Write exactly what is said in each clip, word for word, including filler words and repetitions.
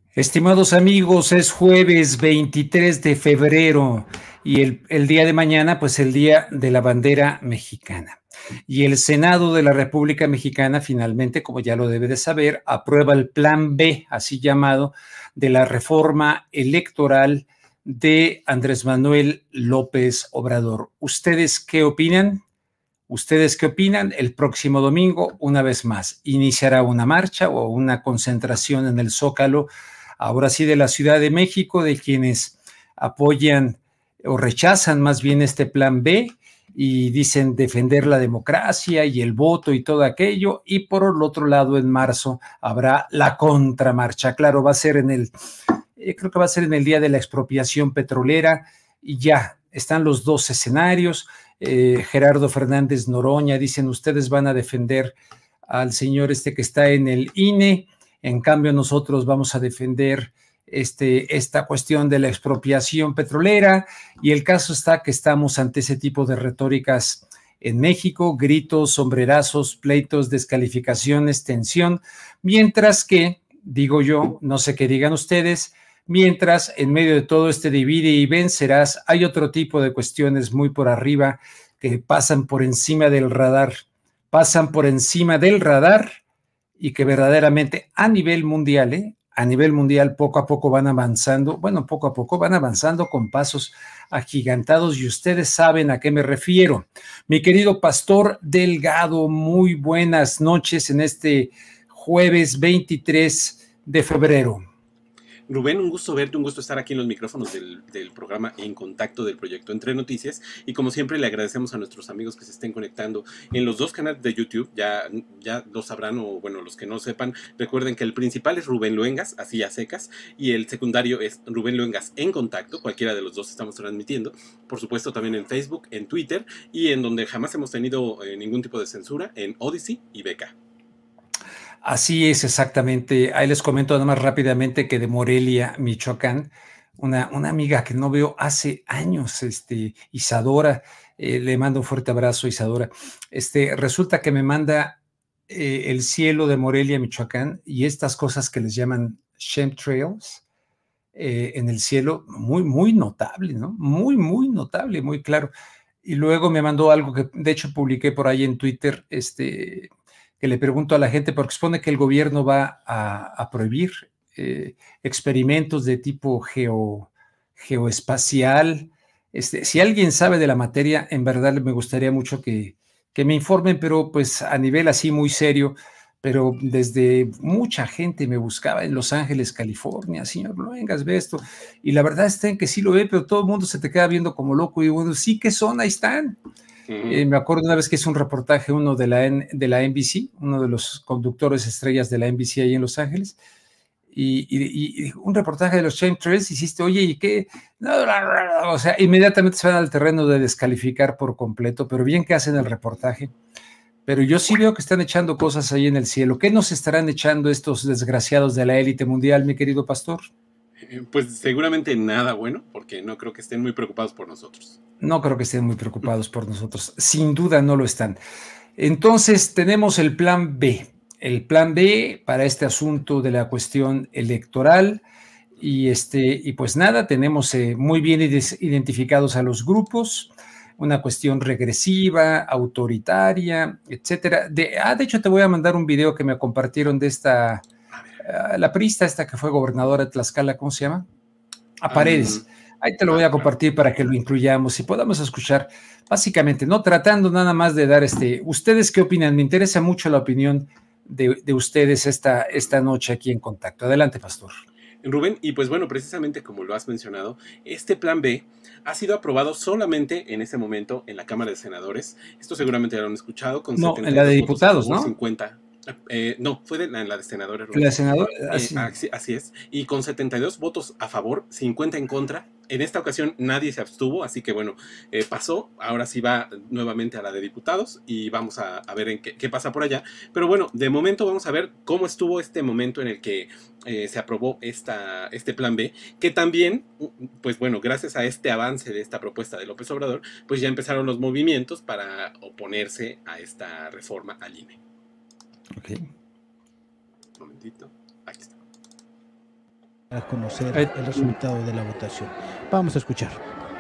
Estimados amigos, es jueves veintitrés de febrero y el, el día de mañana, pues el día de la bandera mexicana. Y el Senado de la República Mexicana finalmente, como ya lo debe de saber, aprueba el Plan B, así llamado, de la reforma electoral de Andrés Manuel López Obrador. ¿Ustedes qué opinan? ¿Ustedes qué opinan? El próximo domingo, una vez más, iniciará una marcha o una concentración en el Zócalo, ahora sí de la Ciudad de México, de quienes apoyan o rechazan más bien este plan B y dicen defender la democracia y el voto y todo aquello. Y por el otro lado, en marzo habrá la contramarcha. Claro, va a ser en el, eh, creo que va a ser en el día de la expropiación petrolera y ya están los dos escenarios. Eh, Gerardo Fernández Noroña, dicen ustedes van a defender al señor este que está en el I N E, en cambio nosotros vamos a defender este, esta cuestión de la expropiación petrolera, y el caso está que estamos ante ese tipo de retóricas en México, gritos, sombrerazos, pleitos, descalificaciones, tensión, mientras que, digo yo, no sé qué digan ustedes, mientras en medio de todo este divide y vencerás, hay otro tipo de cuestiones muy por arriba que pasan por encima del radar, pasan por encima del radar y que verdaderamente a nivel mundial, ¿eh? a nivel mundial poco a poco van avanzando, bueno, poco a poco van avanzando con pasos agigantados y ustedes saben a qué me refiero. Mi querido Pastor Delgado, muy buenas noches en este jueves veintitrés de febrero. Rubén, un gusto verte, un gusto estar aquí en los micrófonos del, del programa En Contacto del proyecto Entre Noticias, y como siempre le agradecemos a nuestros amigos que se estén conectando en los dos canales de YouTube. Ya, ya lo sabrán, o bueno, los que no sepan, recuerden que el principal es Rubén Luengas, así a secas, y el secundario es Rubén Luengas En Contacto. Cualquiera de los dos estamos transmitiendo, por supuesto también en Facebook, en Twitter, y en donde jamás hemos tenido eh, ningún tipo de censura, en Odyssey y Beca. Así es, exactamente. Ahí les comento nada más rápidamente que de Morelia, Michoacán, una, una amiga que no veo hace años, este, Isadora, eh, le mando un fuerte abrazo, Isadora. Este, resulta que me manda eh, el cielo de Morelia, Michoacán, y estas cosas que les llaman chemtrails eh, en el cielo, muy, muy notable, ¿no? Muy, muy notable, muy claro. Y luego me mandó algo que de hecho publiqué por ahí en Twitter, este, que le pregunto a la gente, porque supone que el gobierno va a, a prohibir eh, experimentos de tipo geo, geoespacial. Este, si alguien sabe de la materia, en verdad me gustaría mucho que, que me informen, pero pues a nivel así muy serio, pero desde mucha gente me buscaba en Los Ángeles, California, señor, no vengas, ve esto. Y la verdad está en que sí lo ve, pero todo el mundo se te queda viendo como loco. Y bueno, sí que son, ahí están. Eh, me acuerdo una vez que hizo un reportaje uno de la, N, de la N B C, uno de los conductores estrellas de la N B C ahí en Los Ángeles, y, y, y un reportaje de los chemtrails, hiciste, oye, ¿y qué? No, o sea, inmediatamente se van al terreno de descalificar por completo, pero bien que hacen el reportaje. Pero yo sí veo que están echando cosas ahí en el cielo. ¿Qué nos estarán echando estos desgraciados de la élite mundial, mi querido pastor? Pues seguramente nada bueno, porque no creo que estén muy preocupados por nosotros. No creo que estén muy preocupados por nosotros. Sin duda no lo están. Entonces tenemos el plan B. El plan B para este asunto de la cuestión electoral. Y, este, y pues nada, tenemos eh, muy bien identificados a los grupos, una cuestión regresiva, autoritaria, etcétera. De, ah, de hecho, te voy a mandar un video que me compartieron de esta, uh, la priista esta que fue gobernadora de Tlaxcala, ¿cómo se llama? A Paredes. Um, Ahí te lo voy a compartir para que lo incluyamos y podamos escuchar, básicamente, no tratando nada más de dar este. ¿Ustedes qué opinan? Me interesa mucho la opinión de, de ustedes esta, esta noche aquí en Contacto. Adelante, pastor. Rubén, y pues bueno, precisamente como lo has mencionado, este plan B ha sido aprobado solamente en ese momento en la Cámara de Senadores. Esto seguramente ya lo han escuchado, con no, setenta en y la de dos diputados, votos a favor, ¿no? cincuenta. Eh, no, fue de, en la de senadores, En Rubén. la de senadores, así. Eh, así, así es. Y con setenta y dos votos a favor, cincuenta en contra. En esta ocasión nadie se abstuvo, así que bueno, eh, pasó. Ahora sí va nuevamente a la de diputados y vamos a, a ver en qué, qué pasa por allá. Pero bueno, de momento vamos a ver cómo estuvo este momento en el que eh, se aprobó esta, este plan B, que también, pues bueno, gracias a este avance de esta propuesta de López Obrador, pues ya empezaron los movimientos para oponerse a esta reforma al I N E. Ok. Un momentito, aquí está. a conocer el resultado de la votación. Vamos a escuchar.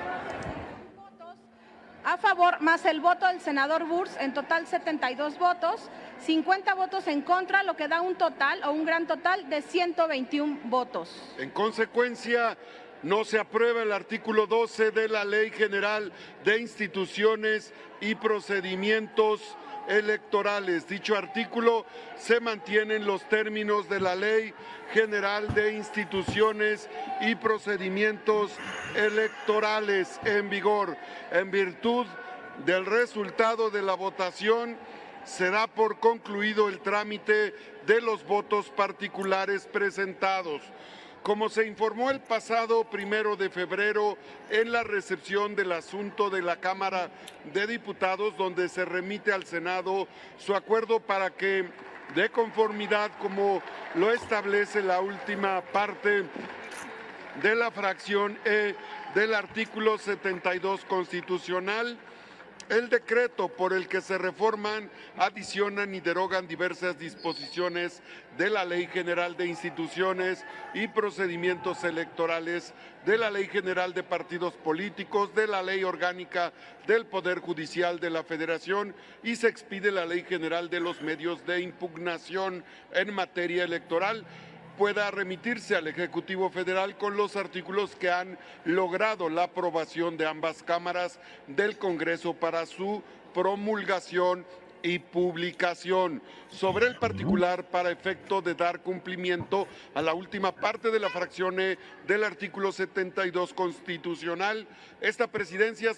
A favor, más el voto del senador Burs, en total setenta y dos votos, cincuenta votos en contra, lo que da un total o un gran total de ciento veintiún votos. En consecuencia, no se aprueba el artículo doce de la Ley General de Instituciones y Procedimientos Electorales. Dicho artículo se mantiene en los términos de la Ley General de Instituciones y Procedimientos Electorales en vigor. En virtud del resultado de la votación, se da por concluido el trámite de los votos particulares presentados. Como se informó el pasado primero de febrero en la recepción del asunto de la Cámara de Diputados, donde se remite al Senado su acuerdo para que, de conformidad como lo establece la última parte de la fracción E del artículo setenta y dos constitucional, el decreto por el que se reforman, adicionan y derogan diversas disposiciones de la Ley General de Instituciones y Procedimientos Electorales, de la Ley General de Partidos Políticos, de la Ley Orgánica del Poder Judicial de la Federación y se expide la Ley General de los Medios de Impugnación en materia electoral, pueda remitirse al Ejecutivo Federal con los artículos que han logrado la aprobación de ambas cámaras del Congreso para su promulgación y publicación. Sobre el particular, para efecto de dar cumplimiento a la última parte de la fracción E del artículo setenta y dos constitucional, esta presidencia...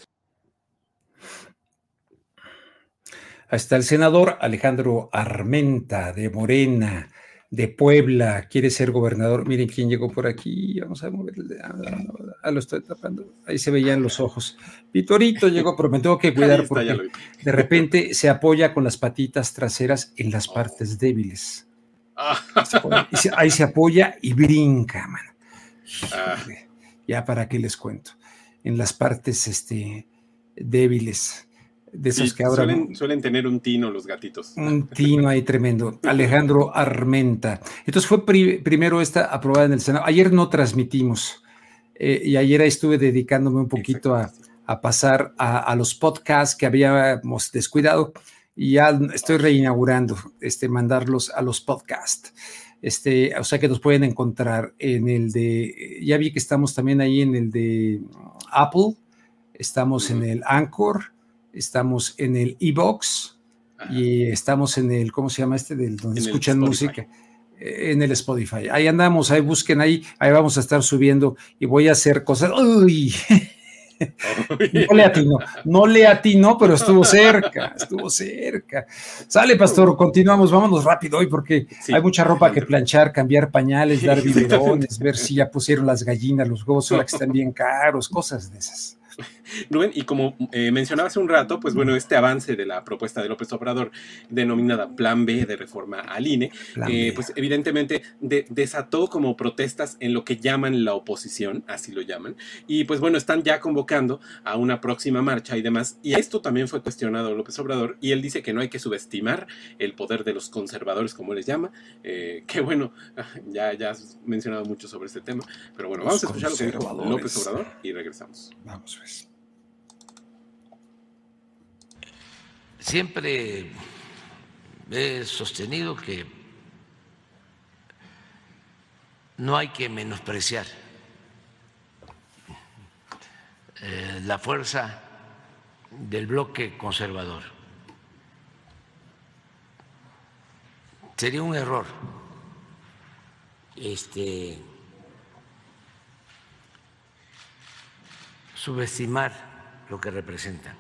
Hasta el senador Alejandro Armenta, de Morena, de Puebla, quiere ser gobernador. Miren quién llegó por aquí. Vamos a moverle. Ah, lo estoy tapando. Ahí se veían los ojos. Vitorito llegó, pero me tengo que cuidar porque de repente se apoya con las patitas traseras en las partes débiles. Y se, ahí se apoya y brinca, man. Híjole, ya para qué les cuento. En las partes este, débiles. De esos sí, que ahora suelen, suelen tener un tino los gatitos. Un tino ahí tremendo. Alejandro Armenta. Entonces fue pri primero esta aprobada en el Senado. Ayer no transmitimos eh, y ayer estuve dedicándome un poquito a, a pasar a, a los podcasts que habíamos descuidado y ya estoy reinaugurando, este, mandarlos a los podcasts. Este, o sea que nos pueden encontrar en el de, ya vi que estamos también ahí en el de Apple, estamos uh-huh. en el Anchor, estamos en el iVoox y estamos en el, ¿cómo se llama este? Del donde en escuchan música, en el Spotify. Ahí andamos, ahí busquen ahí, ahí vamos a estar subiendo y voy a hacer cosas. ¡Uy! No le atinó, no le atinó, pero estuvo cerca, estuvo cerca. Sale, pastor, continuamos, vámonos rápido hoy porque sí, hay mucha ropa que planchar, cambiar pañales, dar biberones, ver si ya pusieron las gallinas, los huevos, ahora que están bien caros, cosas de esas. Rubén, y como eh, mencionaba hace un rato, pues bueno, este avance de la propuesta de López Obrador denominada Plan B de reforma al I N E, eh, pues evidentemente de, desató como protestas en lo que llaman la oposición, así lo llaman, y pues bueno, están ya convocando a una próxima marcha y demás, y esto también fue cuestionado López Obrador, y él dice que no hay que subestimar el poder de los conservadores, como les llama, eh, que bueno, ya, ya has mencionado mucho sobre este tema, pero bueno, vamos a escuchar lo que dijo López Obrador y regresamos. Vamos pues. Siempre he sostenido que no hay que menospreciar eh, la fuerza del bloque conservador. Sería un error este, subestimar lo que representan.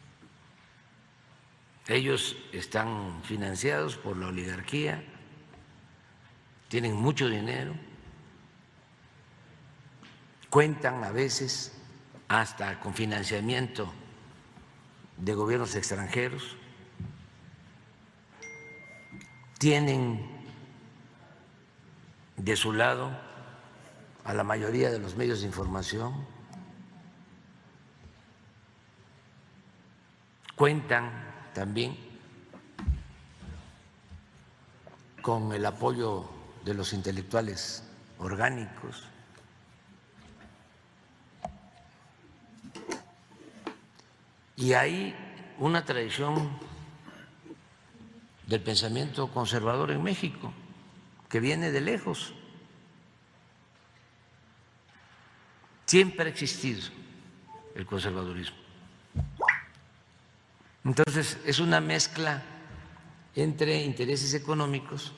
Ellos están financiados por la oligarquía, tienen mucho dinero, cuentan a veces hasta con financiamiento de gobiernos extranjeros, tienen de su lado a la mayoría de los medios de información, cuentan también con el apoyo de los intelectuales orgánicos. Y hay una tradición del pensamiento conservador en México que viene de lejos. Siempre ha existido el conservadurismo. Entonces, es una mezcla entre intereses económicos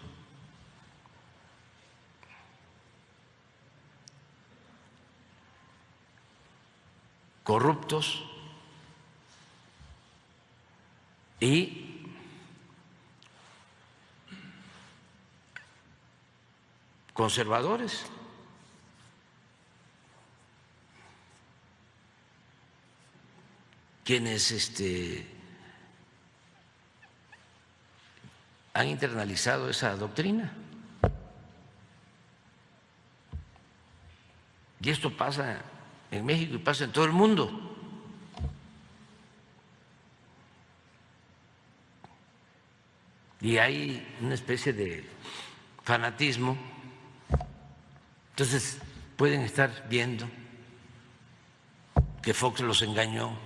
corruptos y conservadores. Quienes este, han internalizado esa doctrina. Y esto pasa en México y pasa en todo el mundo. Y hay una especie de fanatismo. Entonces pueden estar viendo que Fox los engañó,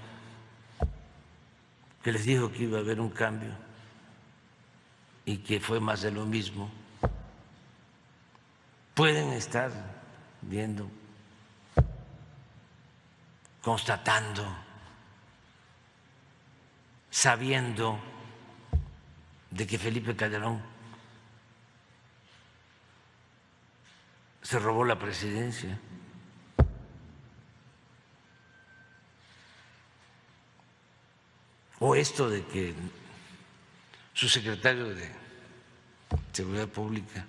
que les dijo que iba a haber un cambio y que fue más de lo mismo. Pueden estar viendo, constatando, sabiendo de que Felipe Calderón se robó la presidencia. O esto de que su secretario de Seguridad Pública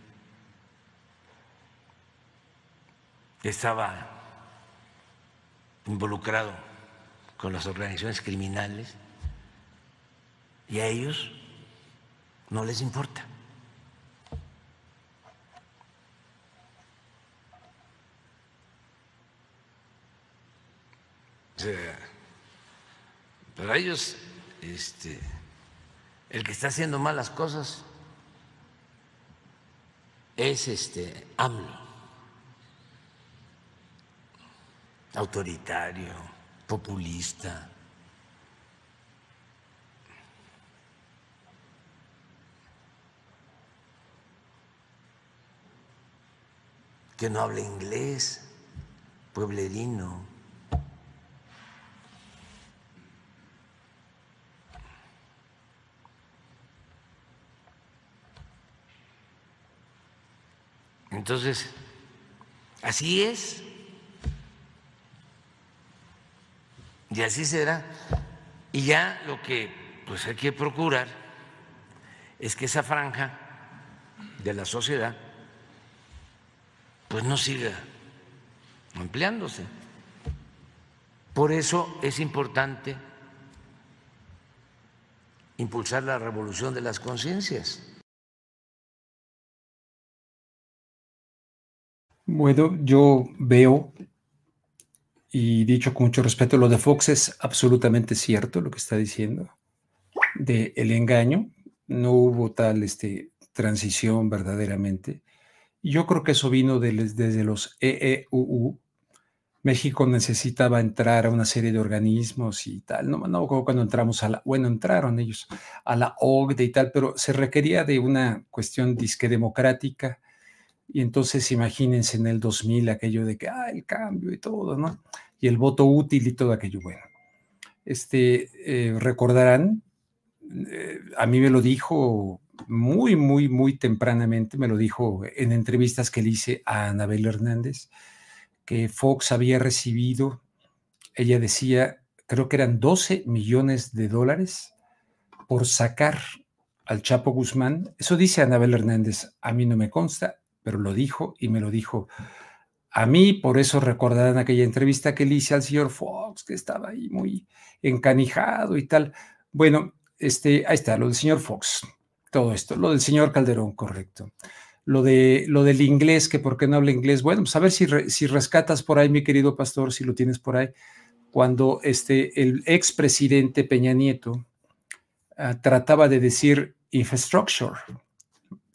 estaba involucrado con las organizaciones criminales y a ellos no les importa. O sea, para ellos Este, el que está haciendo malas cosas es este AMLO, autoritario, populista. Que no habla inglés, pueblerino. Entonces, así es, y así será. Y ya lo que pues hay que procurar es que esa franja de la sociedad pues no siga ampliándose. Por eso es importante impulsar la revolución de las conciencias. Bueno, yo veo, y dicho con mucho respeto, lo de Fox es absolutamente cierto lo que está diciendo, de el engaño. No hubo tal este, transición verdaderamente. Yo creo que eso vino de, desde los E E U U. México necesitaba entrar a una serie de organismos y tal. No, no cuando entramos a la, bueno, entraron ellos a la O C D e y tal, pero se requería de una cuestión disque democrática. Y entonces imagínense en el dos mil aquello de que, ah, el cambio y todo, ¿no? Y el voto útil y todo aquello. Bueno, este, eh, recordarán, eh, a mí me lo dijo muy, muy, muy tempranamente, me lo dijo en entrevistas que le hice a Anabel Hernández, que Fox había recibido, ella decía, creo que eran doce millones de dólares por sacar al Chapo Guzmán. Eso dice Anabel Hernández, a mí no me consta, pero lo dijo y me lo dijo a mí. Por eso recordarán aquella entrevista que le hice al señor Fox, que estaba ahí muy encanijado y tal. Bueno, este, ahí está, lo del señor Fox, todo esto, lo del señor Calderón, correcto. Lo, de, lo del inglés, que por qué no habla inglés. Bueno, pues a ver si, re, si rescatas por ahí, mi querido pastor, si lo tienes por ahí, cuando este, el expresidente Peña Nieto uh, trataba de decir infrastructure,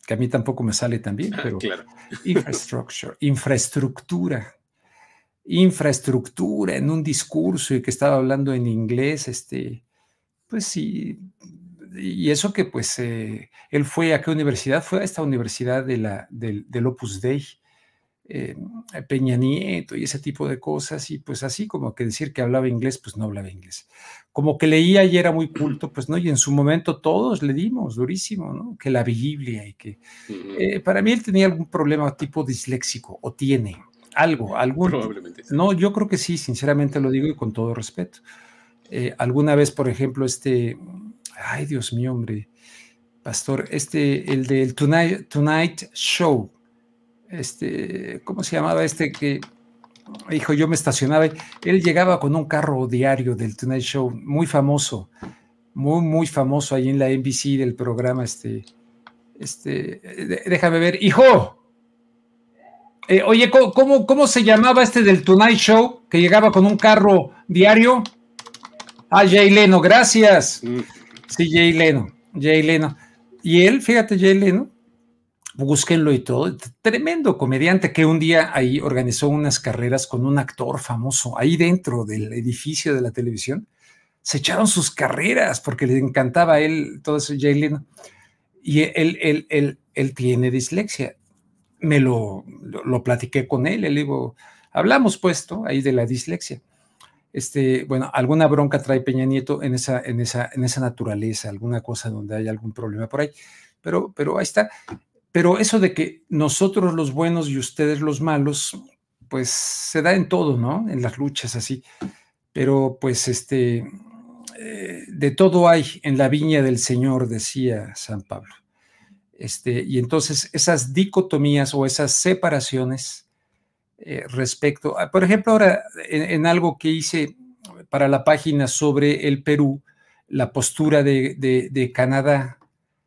que a mí tampoco me sale tan bien, pero claro. infrastructure, infraestructura, infraestructura en un discurso y que estaba hablando en inglés, este, pues sí, y eso que pues eh, él fue a qué universidad, fue a esta universidad de la, del, del Opus Dei, eh, Peña Nieto y ese tipo de cosas, y pues así como que decir que hablaba inglés, pues no hablaba inglés. Como que leía y era muy culto, pues no, y en su momento todos le dimos durísimo, ¿no? Que la Biblia y que... Eh, para mí él tenía algún problema tipo disléxico, o tiene algo, algún... Probablemente sí. No, yo creo que sí, sinceramente lo digo y con todo respeto. Eh, alguna vez, por ejemplo, este... Ay, Dios mío, hombre, pastor, este, el del Tonight, Tonight Show, este, ¿cómo se llamaba este que, hijo, yo me estacionaba, él llegaba con un carro diario del Tonight Show, muy famoso, muy, muy famoso ahí en la N B C del programa, este, este, déjame ver, hijo, eh, oye, ¿cómo, cómo, ¿cómo se llamaba este del Tonight Show que llegaba con un carro diario? Ah, Jay Leno, gracias. Mm. Sí, Jay Leno, Jay Leno. Y él, fíjate, Jay Leno, búsquenlo y todo, tremendo comediante que un día ahí organizó unas carreras con un actor famoso ahí dentro del edificio de la televisión. Se echaron sus carreras porque le encantaba a él todo eso, Jay Leno. Y él, él, él, él tiene dislexia. Me lo, lo, lo platiqué con él, le digo, hablamos puesto ahí de la dislexia. Este, bueno, alguna bronca trae Peña Nieto en esa, en esa, en esa naturaleza, alguna cosa donde hay algún problema por ahí. Pero, pero ahí está. Pero eso de que nosotros los buenos y ustedes los malos, pues se da en todo, ¿no? En las luchas así. Pero pues este, eh, de todo hay en la viña del Señor, decía San Pablo. Este, y entonces esas dicotomías o esas separaciones eh, respecto, a, por ejemplo, ahora en, en algo que hice para la página sobre el Perú, la postura de, de, de Canadá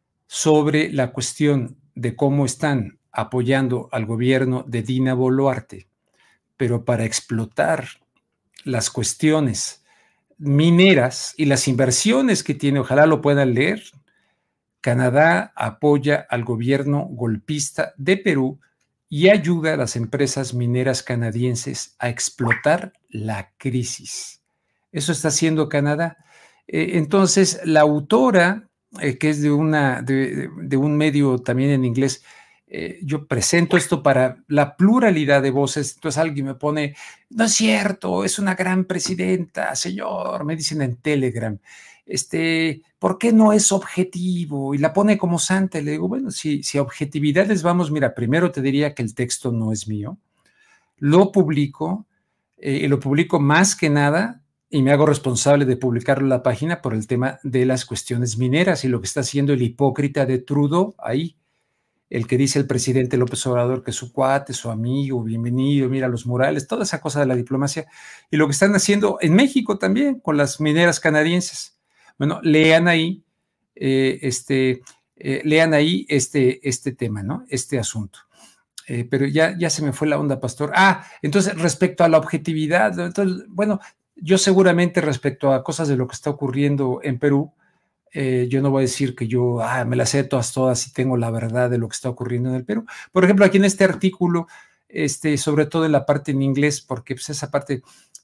sobre la cuestión de cómo están apoyando al gobierno de Dina Boluarte, pero para explotar las cuestiones mineras y las inversiones que tiene, ojalá lo puedan leer. Canadá apoya al gobierno golpista de Perú y ayuda a las empresas mineras canadienses a explotar la crisis. Eso está haciendo Canadá. Eh, entonces, la autora, eh, que es de, una, de, de un medio también en inglés, eh, yo presento esto para la pluralidad de voces, entonces alguien me pone, no es cierto, es una gran presidenta, señor, me dicen en Telegram, este, ¿por qué no es objetivo? Y la pone como santa, y le digo, bueno, si, si a objetividades vamos, mira, primero te diría que el texto no es mío, lo publico, eh, y lo publico más que nada, y me hago responsable de publicarlo en la página por el tema de las cuestiones mineras y lo que está haciendo el hipócrita de Trudeau ahí, el que dice el presidente López Obrador que es su cuate, su amigo, bienvenido, mira los murales, toda esa cosa de la diplomacia, y lo que están haciendo en México también con las mineras canadienses. Bueno, lean ahí, eh, este, eh, lean ahí este, este tema, ¿no? Este asunto. Eh, pero ya, ya se me fue la onda, pastor. Ah, entonces respecto a la objetividad, entonces, bueno, yo seguramente respecto a cosas de lo que está ocurriendo en Perú, Eh, yo no voy a decir que yo ah, me las sé todas, todas y tengo la verdad de lo que está ocurriendo en el Perú. Por ejemplo, aquí en este artículo, este, sobre todo en la parte en inglés, porque pues, esa parte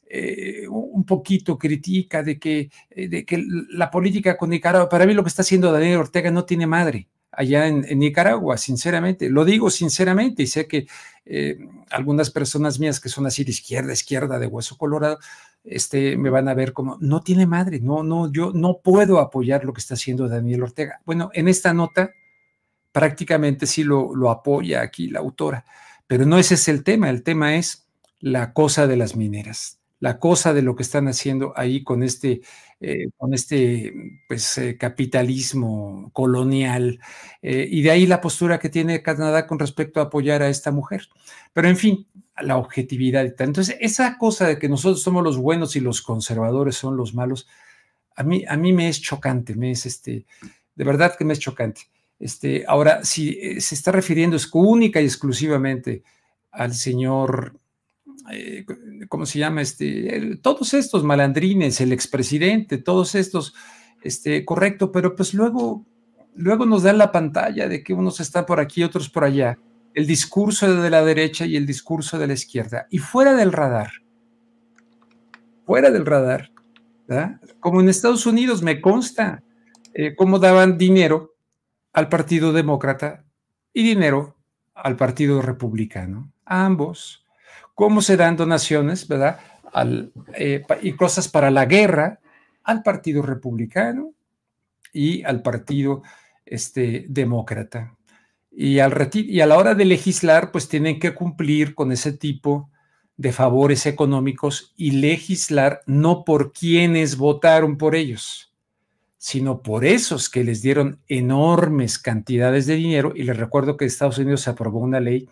eh, un poquito critica de que, de que la política con Nicaragua, para mí lo que está haciendo Daniel Ortega no tiene madre allá en, en Nicaragua, sinceramente. Lo digo sinceramente y sé que eh, algunas personas mías que son así de izquierda, izquierda, de hueso colorado, Este, me van a ver como, no tiene madre, no, no, yo no puedo apoyar lo que está haciendo Daniel Ortega. Bueno, en esta nota prácticamente sí lo, lo apoya aquí la autora, pero no ese es el tema, el tema es la cosa de las mineras, la cosa de lo que están haciendo ahí con este, eh, con este pues, eh, capitalismo colonial, eh, y de ahí la postura que tiene Canadá con respecto a apoyar a esta mujer. Pero en fin, la objetividad y tal. Entonces, esa cosa de que nosotros somos los buenos y los conservadores son los malos, a mí, a mí me es chocante, me es este, de verdad que me es chocante. Este, ahora, si eh, se está refiriendo es única y exclusivamente al señor, eh, ¿cómo se llama? Este, el, todos estos malandrines, el expresidente, todos estos, este, correcto, pero pues luego luego nos dan la pantalla de que unos están por aquí, otros por allá, el discurso de la derecha y el discurso de la izquierda, y fuera del radar, fuera del radar, ¿verdad? Como en Estados Unidos me consta eh, cómo daban dinero al Partido Demócrata y dinero al Partido Republicano, a ambos, cómo se dan donaciones, ¿verdad? Al, eh, y cosas para la guerra al Partido Republicano y al Partido este, Demócrata. Y, al reti- y a la hora de legislar, pues tienen que cumplir con ese tipo de favores económicos y legislar no por quienes votaron por ellos, sino por esos que les dieron enormes cantidades de dinero. Y les recuerdo que en Estados Unidos se aprobó una ley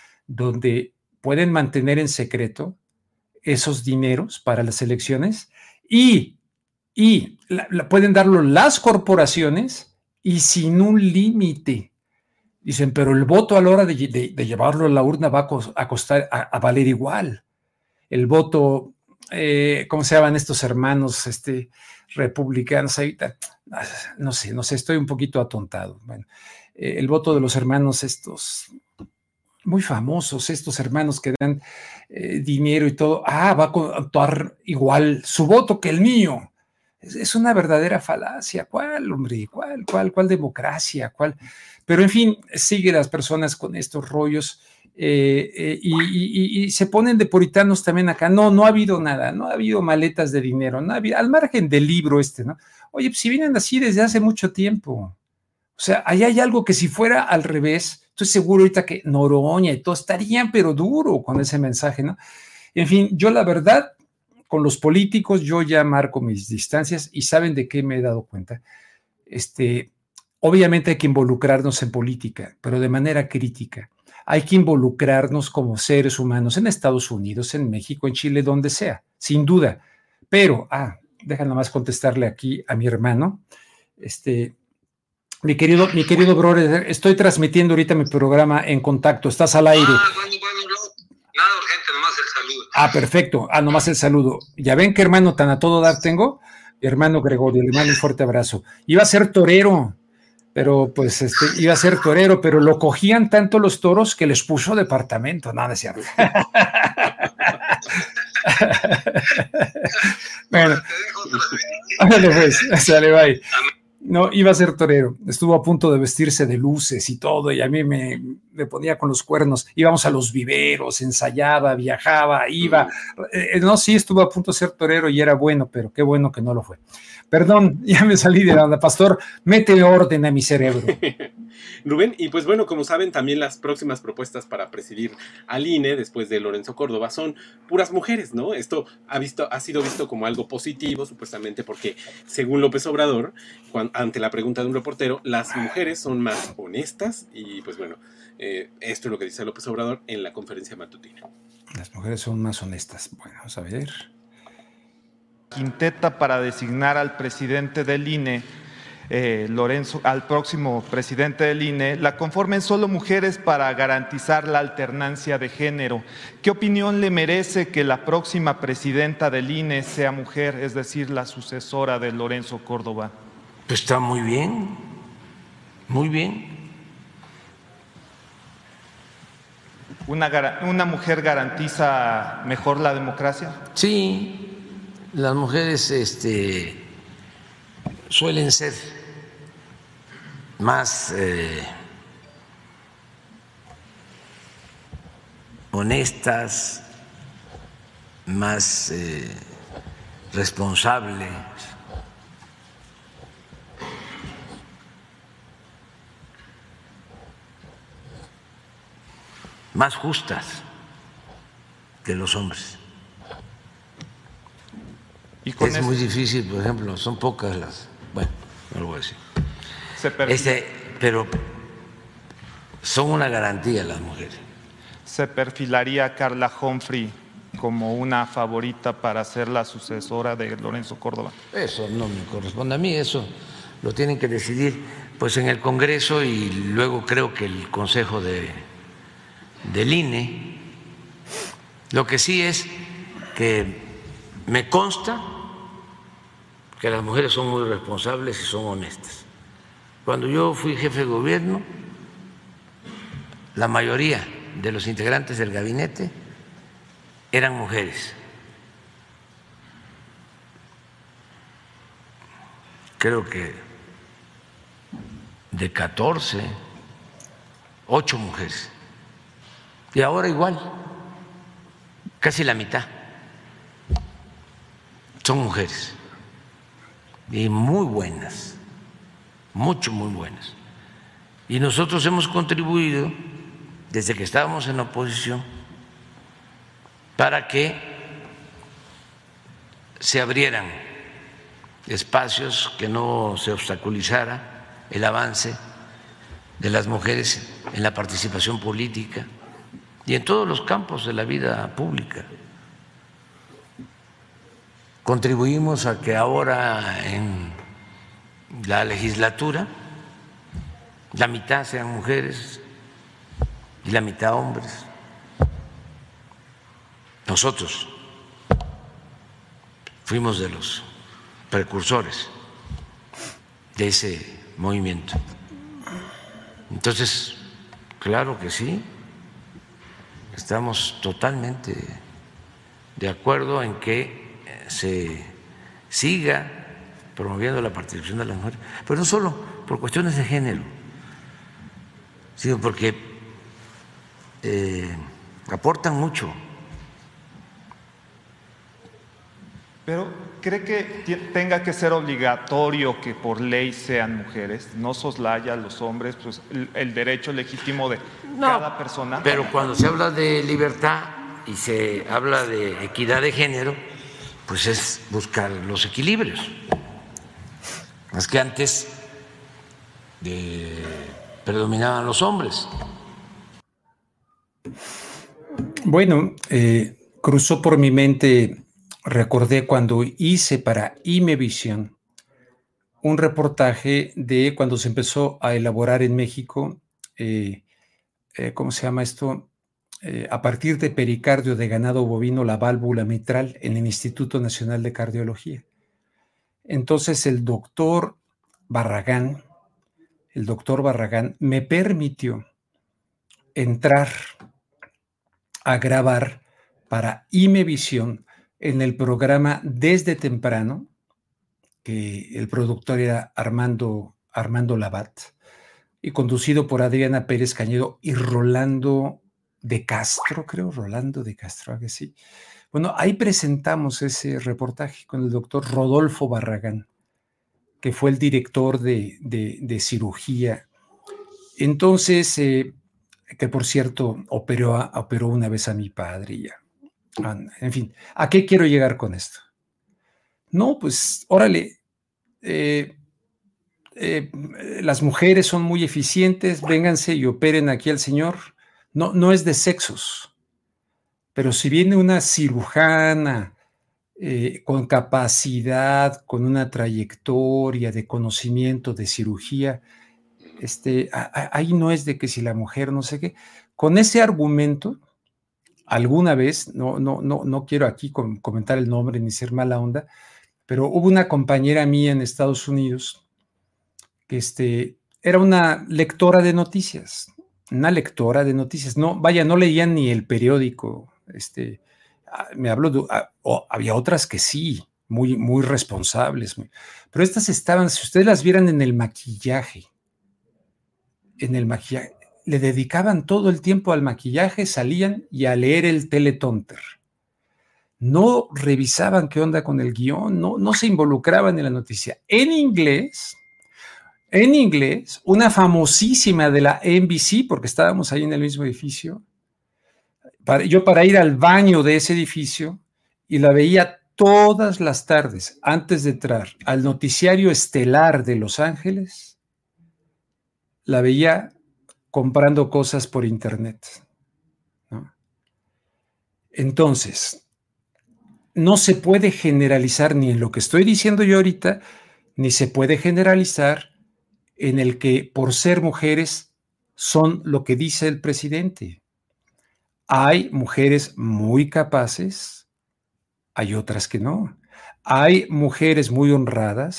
donde pueden mantener en secreto esos dineros para las elecciones y, y la, la pueden darlo las corporaciones y sin un límite. Dicen, pero el voto a la hora de, de, de llevarlo a la urna va a, costar, a, a valer igual. El voto, eh, ¿cómo se llaman estos hermanos este, republicanos? Ahorita, no sé, no sé, estoy un poquito atontado. Bueno, eh, el voto de los hermanos estos muy famosos, estos hermanos que dan eh, dinero y todo, ah, va a contar igual su voto que el mío. Es, es una verdadera falacia. ¿Cuál, hombre? ¿Cuál, cuál, cuál democracia? ¿Cuál? Pero en fin, sigue las personas con estos rollos eh, eh, y, y, y se ponen de puritanos también acá. No, no ha habido nada, no ha habido maletas de dinero, no ha habido, al margen del libro este, ¿no? Oye, pues si vienen así desde hace mucho tiempo. O sea, ahí hay algo que si fuera al revés, estoy seguro ahorita que Noroña y todo estarían, pero duro con ese mensaje, ¿no? En fin, yo la verdad, con los políticos, yo ya marco mis distancias y ¿saben de qué me he dado cuenta? Este... Obviamente hay que involucrarnos en política, pero de manera crítica. Hay que involucrarnos como seres humanos en Estados Unidos, en México, en Chile, donde sea, sin duda. Pero, ah, déjame nomás contestarle aquí a mi hermano. Este, mi querido, mi querido brother, estoy transmitiendo ahorita mi programa En Contacto. Estás al aire. Ah, bueno, bueno, no, nada urgente, nomás el saludo. Ah, perfecto. Ah, nomás el saludo. ¿Ya ven qué hermano tan a todo dar tengo? Mi hermano Gregorio, le mando un fuerte abrazo. Iba a ser torero. Pero pues este, iba a ser torero, pero lo cogían tanto los toros que les puso departamento. No, no es cierto. Bueno, pues, sale, bye. No, iba a ser torero. Estuvo a punto de vestirse de luces y todo, y a mí me, me ponía con los cuernos. Íbamos a los viveros, ensayaba, viajaba, iba. Eh, no, sí, estuvo a punto de ser torero y era bueno, pero qué bueno que no lo fue. Perdón, ya me salí de la onda, pastor, mete orden a mi cerebro. Rubén, y pues bueno, como saben, también las próximas propuestas para presidir al I N E después de Lorenzo Córdoba son puras mujeres, ¿no? Esto ha, visto, ha sido visto como algo positivo, supuestamente, porque según López Obrador, cuando, ante la pregunta de un reportero, las mujeres son más honestas y pues bueno, eh, esto es lo que dice López Obrador en la conferencia matutina. Las mujeres son más honestas. Bueno, vamos a ver. Quinteta para designar al presidente del I N E, eh, Lorenzo, al próximo presidente del I N E, la conformen solo mujeres para garantizar la alternancia de género. ¿Qué opinión le merece que la próxima presidenta del I N E sea mujer, es decir, la sucesora de Lorenzo Córdoba? Pues está muy bien, muy bien. ¿Una, una mujer garantiza mejor la democracia? Sí. Las mujeres este, suelen ser más eh, honestas, más eh, responsables. Más justas que los hombres. ¿Y con es eso? Muy difícil, por ejemplo, son pocas las... Bueno, no lo voy a decir. Se este, pero son una garantía las mujeres. ¿Se perfilaría a Carla Humphrey como una favorita para ser la sucesora de Lorenzo Córdoba? Eso no me corresponde a mí, eso lo tienen que decidir pues en el Congreso y luego creo que el Consejo de, del I N E. Lo que sí es que me consta que las mujeres son muy responsables y son honestas. Cuando yo fui jefe de gobierno, la mayoría de los integrantes del gabinete eran mujeres. Creo que de catorce, ocho mujeres. Y ahora igual, casi la mitad son mujeres. Y muy buenas, mucho, muy buenas. Y nosotros hemos contribuido, desde que estábamos en la oposición, para que se abrieran espacios, que no se obstaculizara el avance de las mujeres en la participación política y en todos los campos de la vida pública. Contribuimos a que ahora en la legislatura la mitad sean mujeres y la mitad hombres. Nosotros fuimos de los precursores de ese movimiento. Entonces, claro que sí, estamos totalmente de acuerdo en que se siga promoviendo la participación de las mujeres, pero no solo por cuestiones de género, sino porque eh, aportan mucho. Pero ¿cree que tenga que ser obligatorio que por ley sean mujeres? ¿No soslaya a los hombres pues, el, el derecho legítimo de no, cada persona? Pero cuando se habla de libertad y se habla de equidad de género, pues es buscar los equilibrios. Es que antes de, predominaban los hombres. Bueno, eh, cruzó por mi mente, recordé cuando hice para Imevisión un reportaje de cuando se empezó a elaborar en México, eh, eh, ¿cómo se llama esto? Eh, a partir de pericardio de ganado bovino, la válvula mitral en el Instituto Nacional de Cardiología. Entonces el doctor Barragán, el doctor Barragán me permitió entrar a grabar para Imevisión en el programa Desde Temprano, que el productor era Armando, Armando Labat, y conducido por Adriana Pérez Cañedo y Rolando de Castro, creo, Rolando de Castro, algo así. Bueno, ahí presentamos ese reportaje con el doctor Rodolfo Barragán, que fue el director de, de, de cirugía. Entonces, eh, que por cierto, operó, operó una vez a mi padre y ya. En fin, ¿a qué quiero llegar con esto? No, pues, órale, eh, eh, las mujeres son muy eficientes, vénganse y operen aquí al señor. No, no es de sexos, pero si viene una cirujana eh, con capacidad, con una trayectoria de conocimiento de cirugía, este, a, a, ahí no es de que si la mujer no sé qué. Con ese argumento, alguna vez, no, no, no, no quiero aquí com- comentar el nombre ni ser mala onda, pero hubo una compañera mía en Estados Unidos que este, era una lectora de noticias. Una lectora de noticias, no, vaya, no leían ni el periódico, este, me habló de, oh, había otras que sí, muy, muy responsables, muy, pero estas estaban, si ustedes las vieran en el maquillaje, en el maquillaje, le dedicaban todo el tiempo al maquillaje, salían y a leer el teletonter, no revisaban qué onda con el guión, no, no se involucraban en la noticia, en inglés. En inglés, una famosísima de la N B C, porque estábamos ahí en el mismo edificio, para, yo para ir al baño de ese edificio, y la veía todas las tardes, antes de entrar al noticiario estelar de Los Ángeles, la veía comprando cosas por internet, ¿no? Entonces, no se puede generalizar ni en lo que estoy diciendo yo ahorita, ni se puede generalizar en el que por ser mujeres son lo que dice el presidente. Hay mujeres muy capaces, hay otras que no. Hay mujeres muy honradas,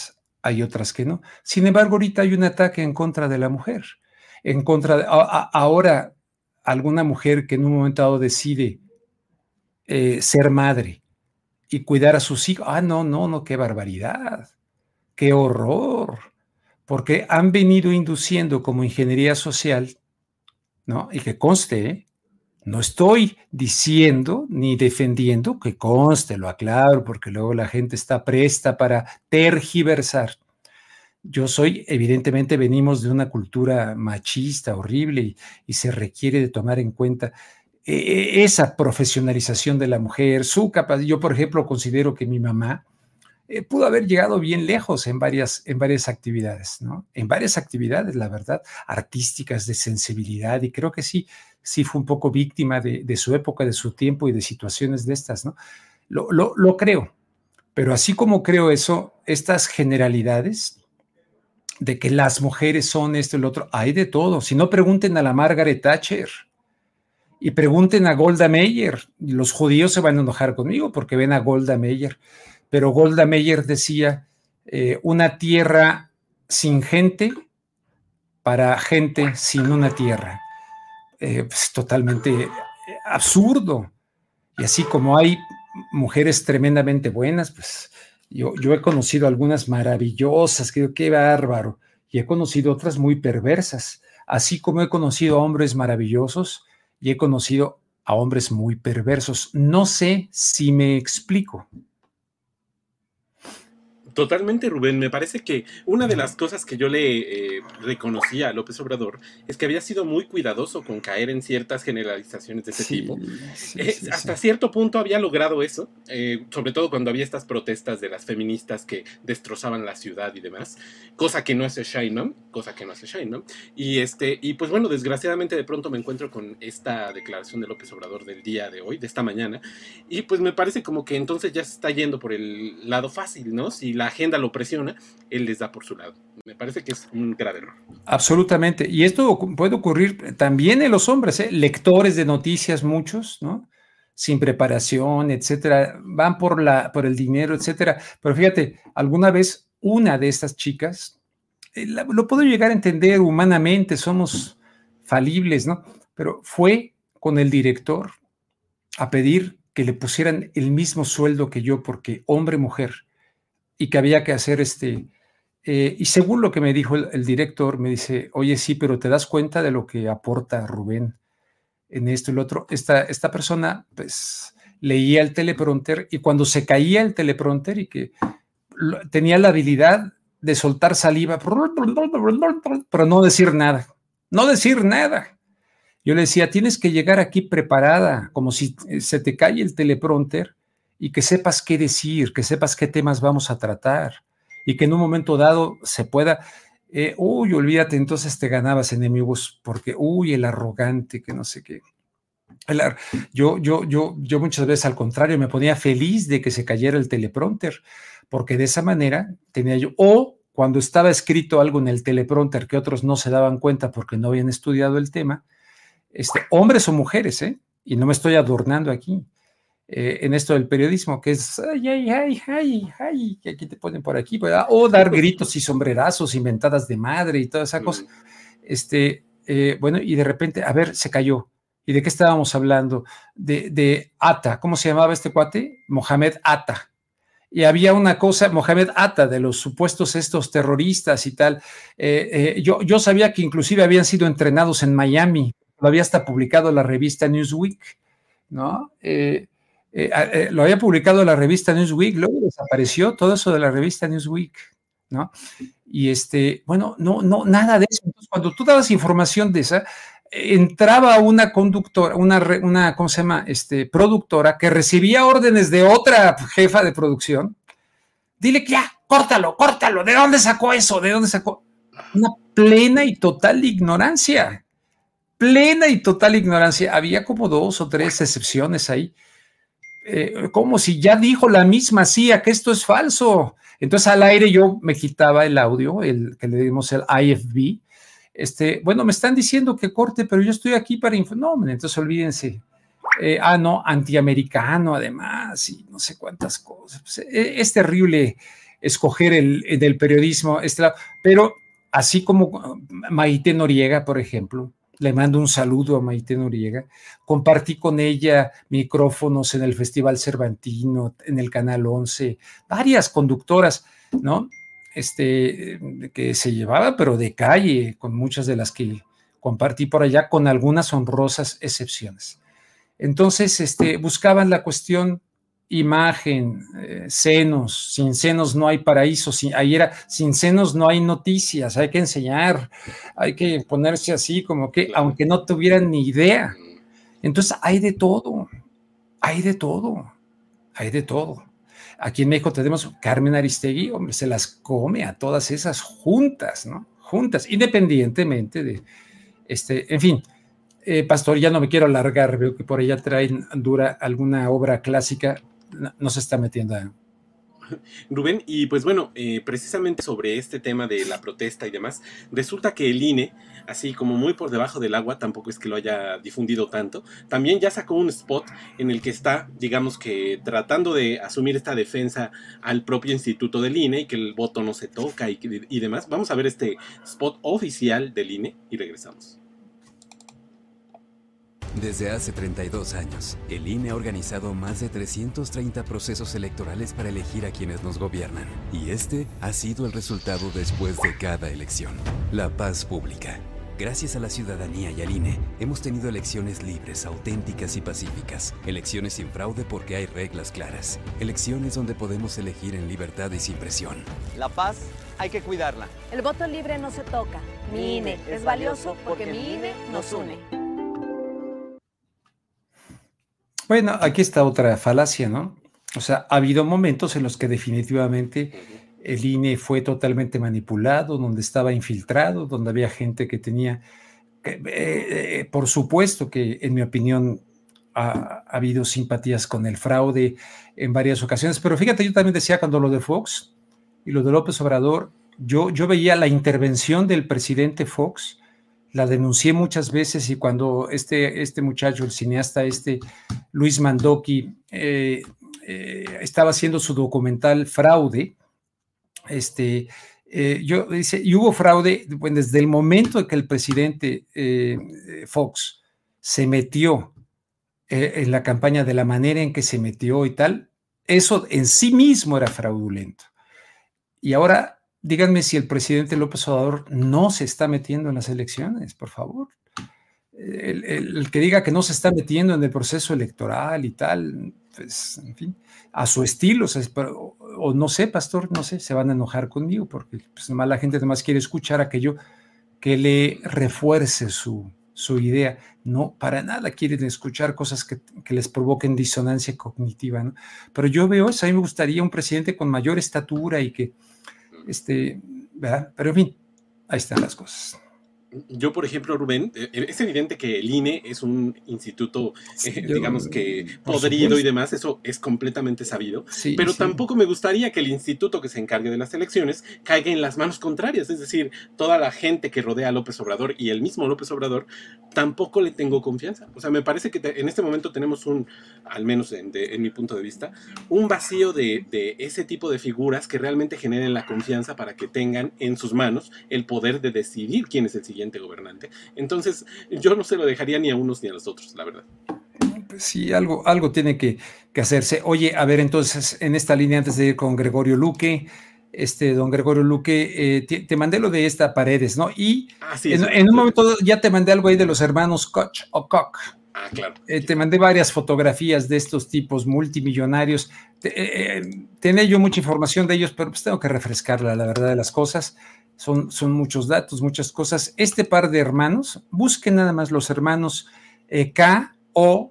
hay otras que no. Sin embargo, ahorita hay un ataque en contra de la mujer, en contra de, a, a, ahora alguna mujer que en un momento dado decide eh, ser madre y cuidar a sus hijos, ah, no, no, no, qué barbaridad, qué horror, porque han venido induciendo como ingeniería social, ¿no? Y que conste, ¿eh? No estoy diciendo ni defendiendo, que conste, lo aclaro, porque luego la gente está presta para tergiversar. Yo soy, evidentemente venimos de una cultura machista horrible y, y se requiere de tomar en cuenta eh, esa profesionalización de la mujer, su capacidad. Yo, por ejemplo, considero que mi mamá eh, pudo haber llegado bien lejos en varias, en varias actividades, ¿no? En varias actividades, la verdad, artísticas, de sensibilidad, y creo que sí, sí fue un poco víctima de, de su época, de su tiempo y de situaciones de estas, ¿no? Lo, lo, lo creo, pero así como creo eso, estas generalidades de que las mujeres son esto y lo otro, hay de todo. Si no, pregunten a la Margaret Thatcher y pregunten a Golda Meir. Los judíos se van a enojar conmigo porque ven a Golda Meir, pero Golda Meir decía eh, una tierra sin gente para gente sin una tierra. Eh, pues, totalmente absurdo. Y así como hay mujeres tremendamente buenas, pues yo, yo he conocido algunas maravillosas, que qué bárbaro, y he conocido otras muy perversas, así como he conocido a hombres maravillosos y he conocido a hombres muy perversos. No sé si me explico. Totalmente, Rubén. Me parece que una de las cosas que yo le eh, reconocía a López Obrador es que había sido muy cuidadoso con caer en ciertas generalizaciones de ese sí, tipo. Sí, eh, sí, hasta sí. cierto punto había logrado eso, eh, sobre todo cuando había estas protestas de las feministas que destrozaban la ciudad y demás, cosa que no hace Sheinbaum, cosa que no hace Sheinbaum. Y, este, y pues bueno, desgraciadamente de pronto me encuentro con esta declaración de López Obrador del día de hoy, de esta mañana, y pues me parece como que entonces ya se está yendo por el lado fácil, ¿no? Si la La agenda lo presiona, él les da por su lado. Me parece que es un grave error. Absolutamente. Y esto puede ocurrir también en los hombres, ¿eh? Lectores de noticias, muchos, ¿no? Sin preparación, etcétera, van por, la, por el dinero, etcétera. Pero fíjate, alguna vez una de estas chicas, eh, la, lo puedo llegar a entender humanamente, somos falibles, ¿no? Pero fue con el director a pedir que le pusieran el mismo sueldo que yo, porque hombre, mujer, y que había que hacer este, eh, y según lo que me dijo el, el director, me dice, oye, sí, pero ¿te das cuenta de lo que aporta Rubén en esto y lo otro? Esta, esta persona, pues, leía el teleprompter y cuando se caía el teleprompter y que lo, tenía la habilidad de soltar saliva, pero no decir nada, no decir nada. Yo le decía, tienes que llegar aquí preparada, como si se te cae el teleprompter, y que sepas qué decir, que sepas qué temas vamos a tratar, y que en un momento dado se pueda, eh, uy, olvídate, entonces te ganabas enemigos, porque, uy, el arrogante, que no sé qué. El, yo, yo, yo, yo muchas veces al contrario, me ponía feliz de que se cayera el teleprompter, porque de esa manera tenía yo, o cuando estaba escrito algo en el teleprompter que otros no se daban cuenta porque no habían estudiado el tema, este, hombres o mujeres, ¿eh? Y no me estoy adornando aquí, Eh, en esto del periodismo, que es ay, ay, ay, ay, ay, que aquí te ponen por aquí, ¿verdad? O dar gritos y sombrerazos, inventadas de madre y toda esa cosa. Este, eh, bueno, y de repente, a ver, se cayó. ¿Y de qué estábamos hablando? De, de Atta, ¿cómo se llamaba este cuate? Mohamed Atta. Y había una cosa, Mohamed Atta, de los supuestos estos terroristas y tal. Eh, eh, yo, yo sabía que inclusive habían sido entrenados en Miami, lo había hasta publicado la revista Newsweek, ¿no? Eh, Eh, eh, lo había publicado la revista Newsweek, luego desapareció todo eso de la revista Newsweek, ¿no? Y este, bueno, no, no, nada de eso. Entonces, cuando tú dabas información de esa, entraba una conductora, una, una, ¿cómo se llama? Este, productora que recibía órdenes de otra jefa de producción. Dile que ya, córtalo, córtalo, ¿de dónde sacó eso? ¿De dónde sacó? Una plena y total ignorancia, plena y total ignorancia. Había como dos o tres excepciones ahí. Eh, como si ya dijo la misma C I A que esto es falso. Entonces al aire yo me quitaba el audio, el que le dimos el I F B. Este, bueno, me están diciendo que corte, pero yo estoy aquí para informar. No, entonces olvídense. Eh, ah, no, antiamericano además, y no sé cuántas cosas. Pues, eh, es terrible escoger el, del periodismo, este lado, pero así como Maite Noriega, por ejemplo, le mando un saludo a Maite Noriega, compartí con ella micrófonos en el Festival Cervantino, en el Canal once, varias conductoras, ¿no? Este, que se llevaba, pero de calle, con muchas de las que compartí por allá, con algunas honrosas excepciones. Entonces, este, buscaban la cuestión imagen, eh, senos, sin senos no hay paraíso, sin, ahí era, sin senos no hay noticias, hay que enseñar, hay que ponerse así como que, aunque no tuvieran ni idea. Entonces, hay de todo, hay de todo, hay de todo. Aquí en México tenemos Carmen Aristegui, hombre, se las come a todas esas juntas, ¿no? Juntas, independientemente de, este, en fin, eh, Pastor, ya no me quiero alargar, veo que por allá traen dura alguna obra clásica, no, no se está metiendo a... Rubén, y pues bueno, eh, precisamente sobre este tema de la protesta y demás, resulta que el I N E, así como muy por debajo del agua, tampoco es que lo haya difundido tanto, también ya sacó un spot en el que está, digamos que tratando de asumir esta defensa al propio instituto del I N E y que el voto no se toca y, y demás. Vamos a ver este spot oficial del I N E y regresamos. Desde hace treinta y dos años, el I N E ha organizado más de trescientos treinta procesos electorales para elegir a quienes nos gobiernan. Y este ha sido el resultado después de cada elección. La paz pública. Gracias a la ciudadanía y al I N E, hemos tenido elecciones libres, auténticas y pacíficas. Elecciones sin fraude porque hay reglas claras. Elecciones donde podemos elegir en libertad y sin presión. La paz hay que cuidarla. El voto libre no se toca. Mi I N E es valioso porque mi I N E nos une. Bueno, aquí está otra falacia, ¿no? O sea, ha habido momentos en los que definitivamente el I N E fue totalmente manipulado, donde estaba infiltrado, donde había gente que tenía, que, eh, por supuesto que en mi opinión ha, ha habido simpatías con el fraude en varias ocasiones, pero fíjate, yo también decía cuando lo de Fox y lo de López Obrador, yo, yo veía la intervención del presidente Fox, la denuncié muchas veces y cuando este, este muchacho, el cineasta este, Luis Mandoki, eh, eh, estaba haciendo su documental Fraude, este, eh, yo dice, y hubo fraude bueno, desde el momento en que el presidente eh, Fox se metió eh, en la campaña de la manera en que se metió y tal, eso en sí mismo era fraudulento. Y ahora díganme si el presidente López Obrador no se está metiendo en las elecciones, por favor. El, el, el que diga que no se está metiendo en el proceso electoral y tal, pues, en fin, a su estilo, o, o no sé, Pastor, no sé, se van a enojar conmigo porque pues, nomás la gente nomás quiere escuchar aquello que le refuerce su, su idea. No, para nada quieren escuchar cosas que, que les provoquen disonancia cognitiva, ¿no? Pero yo veo eso, a mí me gustaría un presidente con mayor estatura y que Este, ¿verdad? Pero en fin, ahí están las cosas. Yo, por ejemplo, Rubén, es evidente que el I N E es un instituto, eh, Yo, digamos que podrido y demás, eso es completamente sabido, sí, pero sí. Tampoco me gustaría que el instituto que se encargue de las elecciones caiga en las manos contrarias, es decir, toda la gente que rodea a López Obrador y el mismo López Obrador, tampoco le tengo confianza. O sea, me parece que te, en este momento tenemos un, al menos en, de, en mi punto de vista, un vacío de, de ese tipo de figuras que realmente generen la confianza para que tengan en sus manos el poder de decidir quién es el siguiente gobernante. Entonces, yo no se lo dejaría ni a unos ni a los otros, la verdad. Pues sí, algo, algo tiene que, que hacerse. Oye, a ver, entonces, en esta línea, antes de ir con Gregorio Luque, este, don Gregorio Luque, eh, te, te mandé lo de esta Paredes, ¿no? Y ah, sí, en, en un momento ya te mandé algo ahí de los hermanos Koch o Koch. Ah, claro. Eh, te mandé varias fotografías de estos tipos multimillonarios. Te, eh, tenía yo mucha información de ellos, pero pues tengo que refrescarla, la verdad de las cosas. Son, son muchos datos, muchas cosas. Este par de hermanos, busquen nada más los hermanos eh, K O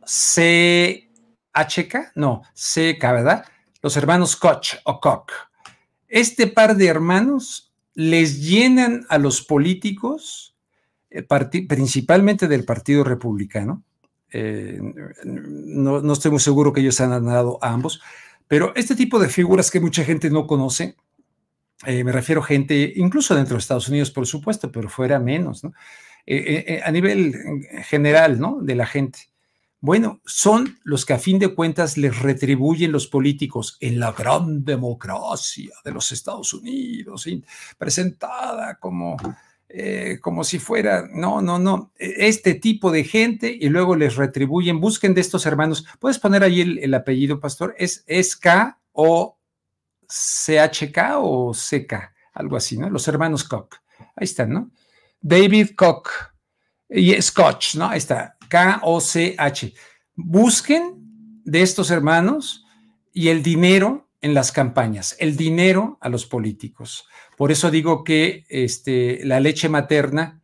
C H K, no, C K, ¿verdad? Los hermanos Koch o Koch. Este par de hermanos les llenan a los políticos, eh, principalmente del Partido Republicano. Eh, no, no estoy muy seguro que ellos han dado a ambos, pero este tipo de figuras que mucha gente no conoce, eh, me refiero a gente, incluso dentro de Estados Unidos, por supuesto, pero fuera menos, ¿no? Eh, eh, a nivel general, ¿no? De la gente. Bueno, son los que a fin de cuentas les retribuyen los políticos en la gran democracia de los Estados Unidos, ¿sí? Presentada como, eh, como si fuera, no, no, no, este tipo de gente, y luego les retribuyen. Busquen de estos hermanos. ¿Puedes poner ahí el, el apellido, Pastor? ¿Es, es K o C H K o C K? Algo así, ¿no? Los hermanos Koch. Ahí están, ¿no? David Koch y Scotch, ¿no? Ahí está. K O C H. Busquen de estos hermanos y el dinero en las campañas, el dinero a los políticos. Por eso digo que este, la leche materna,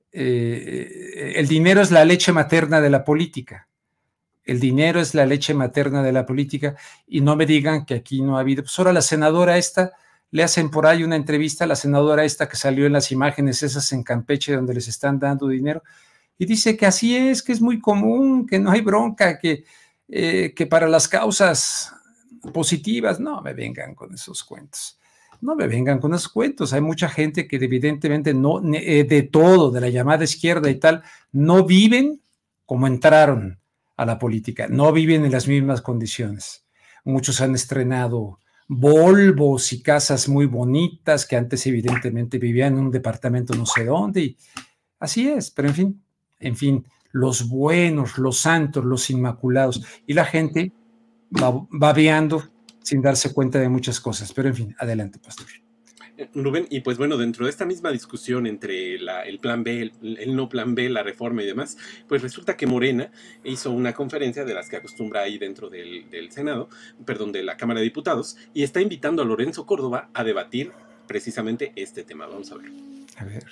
eh, el dinero es la leche materna de la política. El dinero es la leche materna de la política, y no me digan que aquí no ha habido. Pues ahora la senadora esta, le hacen por ahí una entrevista a la senadora esta que salió en las imágenes esas en Campeche donde les están dando dinero. Y dice que así es, que es muy común, que no hay bronca, que, eh, que para las causas positivas, no me vengan con esos cuentos, no me vengan con esos cuentos. Hay mucha gente que evidentemente no, eh, de todo, de la llamada izquierda y tal, no viven como entraron a la política, no viven en las mismas condiciones. Muchos han estrenado Volvos y casas muy bonitas que antes evidentemente vivían en un departamento no sé dónde, y así es, pero en fin, en fin, los buenos, los santos, los inmaculados, y la gente va babeando sin darse cuenta de muchas cosas. Pero en fin, adelante, Pastor. Rubén, y pues bueno, dentro de esta misma discusión entre la, el plan B, el, el no plan B, la reforma y demás, pues resulta que Morena hizo una conferencia de las que acostumbra ahí dentro del, del Senado, perdón, de la Cámara de Diputados, y está invitando a Lorenzo Córdoba a debatir precisamente este tema. Vamos a ver. A ver.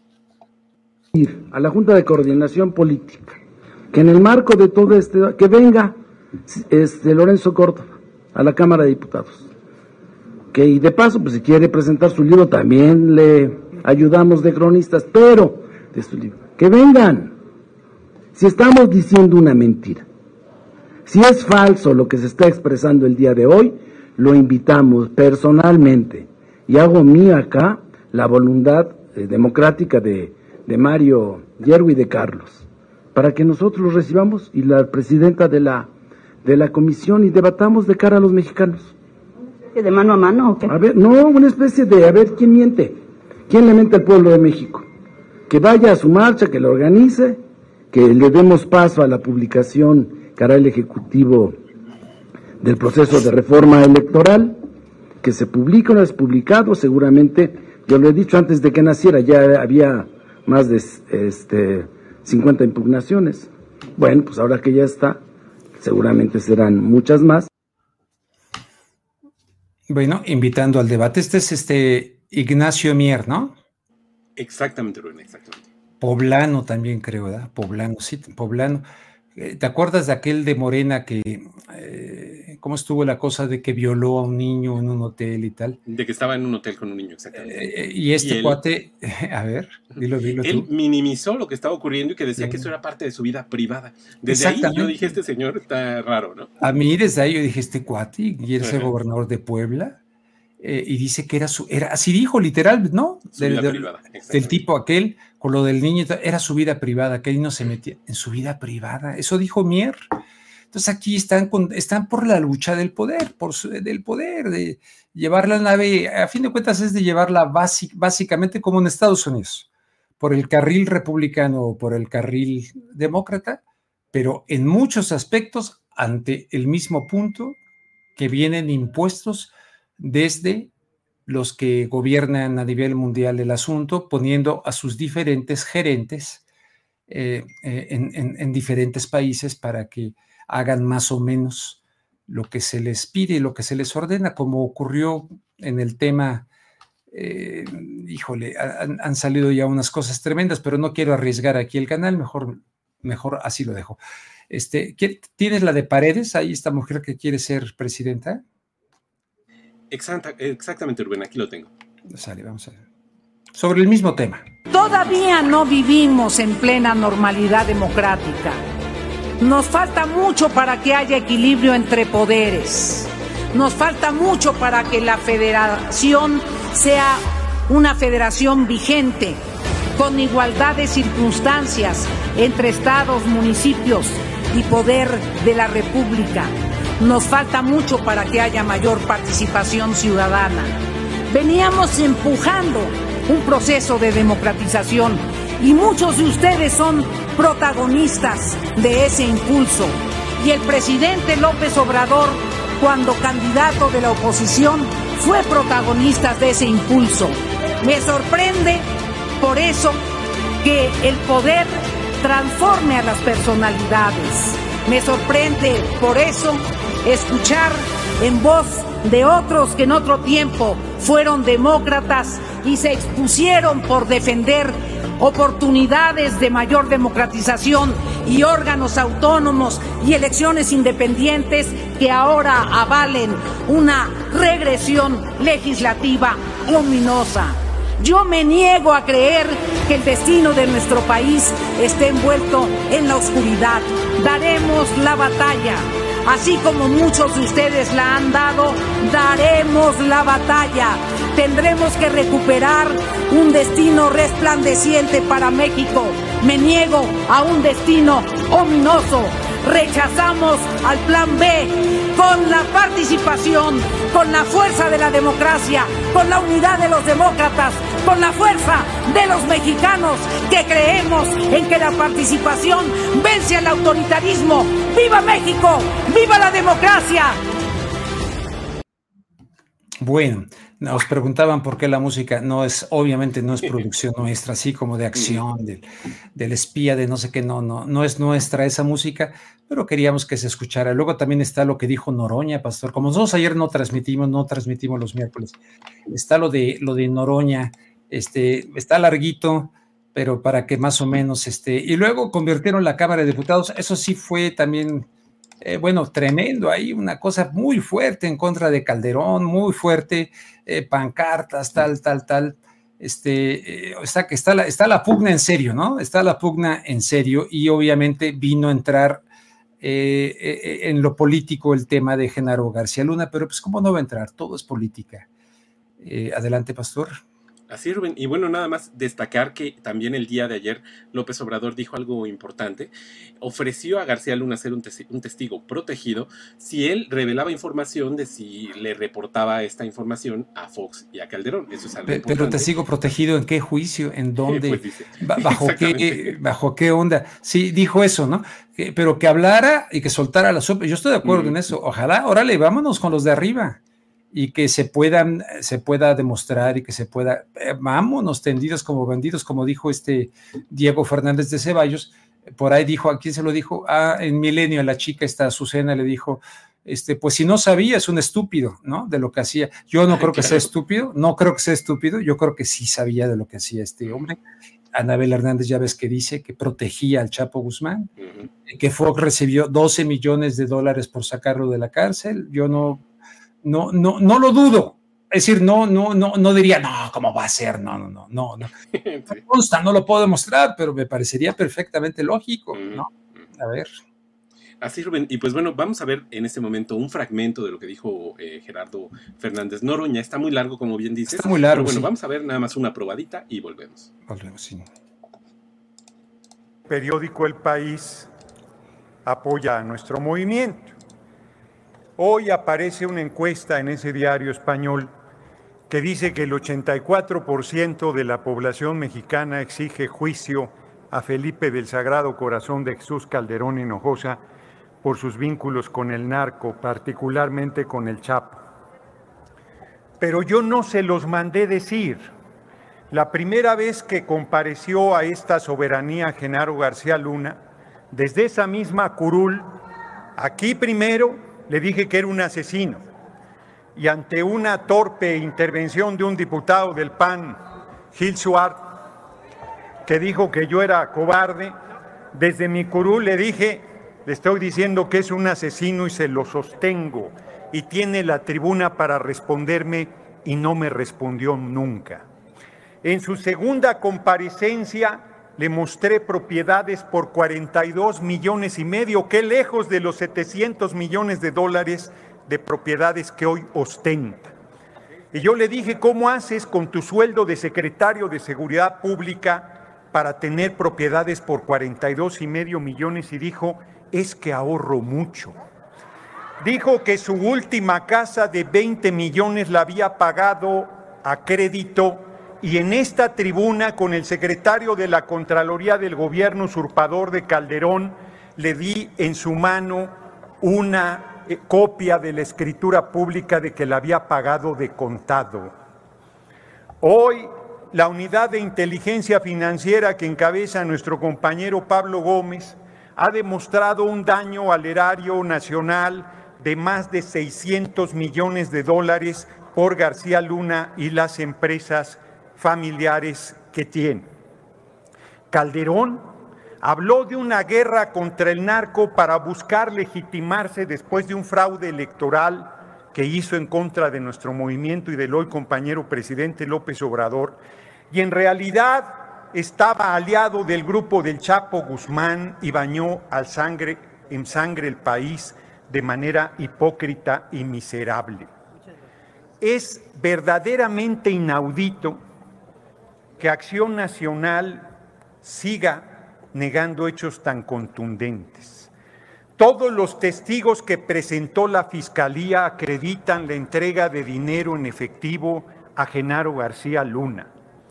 A la Junta de Coordinación Política, que en el marco de todo este, que venga este Lorenzo Córdoba a la Cámara de Diputados, que y de paso, pues si quiere presentar su libro, también le ayudamos de cronistas, pero de su libro, que vengan. Si estamos diciendo una mentira, si es falso lo que se está expresando el día de hoy, lo invitamos personalmente, y hago mía acá la voluntad eh, democrática de de Mario Yergo y de Carlos, para que nosotros los recibamos, y la presidenta de la, de la comisión, y debatamos de cara a los mexicanos. ¿De mano a mano o qué? A ver, no, una especie de, a ver, ¿quién miente? ¿Quién le miente al pueblo de México? Que vaya a su marcha, que lo organice, que le demos paso a la publicación que hará el Ejecutivo del proceso de reforma electoral, que se publique, no es publicado, seguramente, yo lo he dicho antes de que naciera, ya había más de este, cincuenta impugnaciones. Bueno, pues ahora que ya está, seguramente serán muchas más. Bueno, invitando al debate. Este es este Ignacio Mier, ¿no? Exactamente, Rubén, exactamente. Poblano también creo, ¿verdad? Poblano, sí, Poblano. ¿Te acuerdas de aquel de Morena que, eh, cómo estuvo la cosa de que violó a un niño en un hotel y tal? De que estaba en un hotel con un niño, exactamente. Eh, y este y él, cuate, a ver, dilo, dilo él tú. Él minimizó lo que estaba ocurriendo y que decía sí. que eso era parte de su vida privada. Desde ahí yo dije, este señor está raro, ¿no? A mí desde ahí yo dije, este cuate, y él es el gobernador de Puebla, eh, y dice que era su, era, así dijo literal, ¿no? Su del, vida del, privada, del tipo aquel, con lo del niño, era su vida privada, que ahí no se metía en su vida privada, eso dijo Mier. Entonces aquí están, con, están por la lucha del poder, por su, del poder, de llevar la nave, a fin de cuentas es de llevarla básic, básicamente como en Estados Unidos, por el carril republicano o por el carril demócrata, pero en muchos aspectos ante el mismo punto que vienen impuestos desde los que gobiernan a nivel mundial el asunto, poniendo a sus diferentes gerentes eh, eh, en, en, en diferentes países para que hagan más o menos lo que se les pide y lo que se les ordena, como ocurrió en el tema, eh, híjole, han, han salido ya unas cosas tremendas, pero no quiero arriesgar aquí el canal, mejor, mejor así lo dejo. Este, ¿tienes la de Paredes, ahí esta mujer que quiere ser presidenta? Exacta, exactamente, Rubén, aquí lo tengo. Sale, vamos a ver. Sobre el mismo tema. Todavía no vivimos en plena normalidad democrática. Nos falta mucho para que haya equilibrio entre poderes. Nos falta mucho para que la federación sea una federación vigente, con igualdad de circunstancias entre estados, municipios y poder de la República. Nos falta mucho para que haya mayor participación ciudadana. Veníamos empujando un proceso de democratización y muchos de ustedes son protagonistas de ese impulso. Y el presidente López Obrador, cuando candidato de la oposición, fue protagonista de ese impulso. Me sorprende, por eso, que el poder transforme a las personalidades. Me sorprende, por eso, escuchar en voz de otros que en otro tiempo fueron demócratas y se expusieron por defender oportunidades de mayor democratización y órganos autónomos y elecciones independientes que ahora avalen una regresión legislativa ominosa. Yo me niego a creer que el destino de nuestro país esté envuelto en la oscuridad. Daremos la batalla. Así como muchos de ustedes la han dado, daremos la batalla. Tendremos que recuperar un destino resplandeciente para México. Me niego a un destino ominoso. Rechazamos al plan B con la participación, con la fuerza de la democracia, con la unidad de los demócratas, con la fuerza de los mexicanos que creemos en que la participación vence al autoritarismo. ¡Viva México! ¡Viva la democracia! Bueno, nos preguntaban por qué la música no es, obviamente no es producción nuestra, así como de acción, del, del espía, de no sé qué, no, no, no es nuestra esa música, pero queríamos que se escuchara. Luego también está lo que dijo Noroña, Pastor, como nosotros ayer no transmitimos, no transmitimos los miércoles, está lo de, lo de Noroña, este, está larguito, pero para que más o menos, este, y luego convirtieron la Cámara de Diputados, eso sí fue también... Eh, bueno, tremendo, ahí una cosa muy fuerte en contra de Calderón, muy fuerte, eh, pancartas, tal, tal, tal, este, eh, está, que está, la, está la pugna en serio, ¿no? Está la pugna en serio y obviamente vino a entrar eh, eh, en lo político el tema de Genaro García Luna, pero pues ¿cómo no va a entrar? Todo es política. Eh, adelante, Pastor. Así, Rubén. Y bueno, nada más destacar que también el día de ayer López Obrador dijo algo importante. Ofreció a García Luna ser un, tes un testigo protegido si él revelaba información de si le reportaba esta información a Fox y a Calderón. Eso es algo Pe importante. Pero testigo protegido, ¿en qué juicio? ¿En dónde? Pues dice, ¿Bajo qué, ¿Bajo qué onda? Sí, dijo eso, ¿no? Que, pero que hablara y que soltara la sopa. Yo estoy de acuerdo mm. en eso. Ojalá, órale, vámonos con los de arriba. Y que se puedan, se pueda demostrar y que se pueda, eh, vámonos tendidos como bandidos, como dijo este Diego Fernández de Ceballos, por ahí dijo, ¿a quién se lo dijo? Ah, en Milenio, a la chica esta Azucena le dijo, este, pues si no sabía, es un estúpido, ¿no? De lo que hacía. Yo no creo que sea estúpido, no creo que sea estúpido, yo creo que sí sabía de lo que hacía este hombre. Anabel Hernández ya ves que dice que protegía al Chapo Guzmán, uh-huh. que Fox recibió doce millones de dólares por sacarlo de la cárcel. Yo no... No, no, no lo dudo. Es decir, no, no, no, no diría, no, ¿cómo va a ser? No, no, no, no, no. No consta, no lo puedo demostrar, pero me parecería perfectamente lógico, ¿no? A ver. Así, Rubén. Y pues bueno, vamos a ver en este momento un fragmento de lo que dijo eh, Gerardo Fernández Noroña. Está muy largo, como bien dices. Está muy largo, pero bueno, sí. Vamos a ver nada más una probadita y volvemos. Volvemos, sí. Periódico El País apoya a nuestro movimiento. Hoy aparece una encuesta en ese diario español que dice que el ochenta y cuatro por ciento de la población mexicana exige juicio a Felipe del Sagrado Corazón de Jesús Calderón Hinojosa por sus vínculos con el narco, particularmente con el Chapo. Pero yo no se los mandé decir. La primera vez que compareció a esta soberanía Genaro García Luna, desde esa misma curul, aquí primero le dije que era un asesino y ante una torpe intervención de un diputado del P A N, Gil Suárez, que dijo que yo era cobarde, desde mi curul le dije, le estoy diciendo que es un asesino y se lo sostengo y tiene la tribuna para responderme y no me respondió nunca. En su segunda comparecencia le mostré propiedades por cuarenta y dos millones y medio, qué lejos de los setecientos millones de dólares de propiedades que hoy ostenta. Y yo le dije, ¿cómo haces con tu sueldo de secretario de Seguridad Pública para tener propiedades por cuarenta y dos y medio millones? Y dijo, es que ahorro mucho. Dijo que su última casa de veinte millones la había pagado a crédito y en esta tribuna con el secretario de la Contraloría del Gobierno usurpador de Calderón le di en su mano una eh, copia de la escritura pública de que la había pagado de contado. Hoy la unidad de inteligencia financiera que encabeza nuestro compañero Pablo Gómez ha demostrado un daño al erario nacional de más de seiscientos millones de dólares por García Luna y las empresas familiares que tiene. Calderón habló de una guerra contra el narco para buscar legitimarse después de un fraude electoral que hizo en contra de nuestro movimiento y del hoy compañero presidente López Obrador, y en realidad estaba aliado del grupo del Chapo Guzmán y bañó al sangre, en sangre el país de manera hipócrita y miserable. Es verdaderamente inaudito que Acción Nacional siga negando hechos tan contundentes. Todos los testigos que presentó la Fiscalía acreditan la entrega de dinero en efectivo a Genaro García Luna.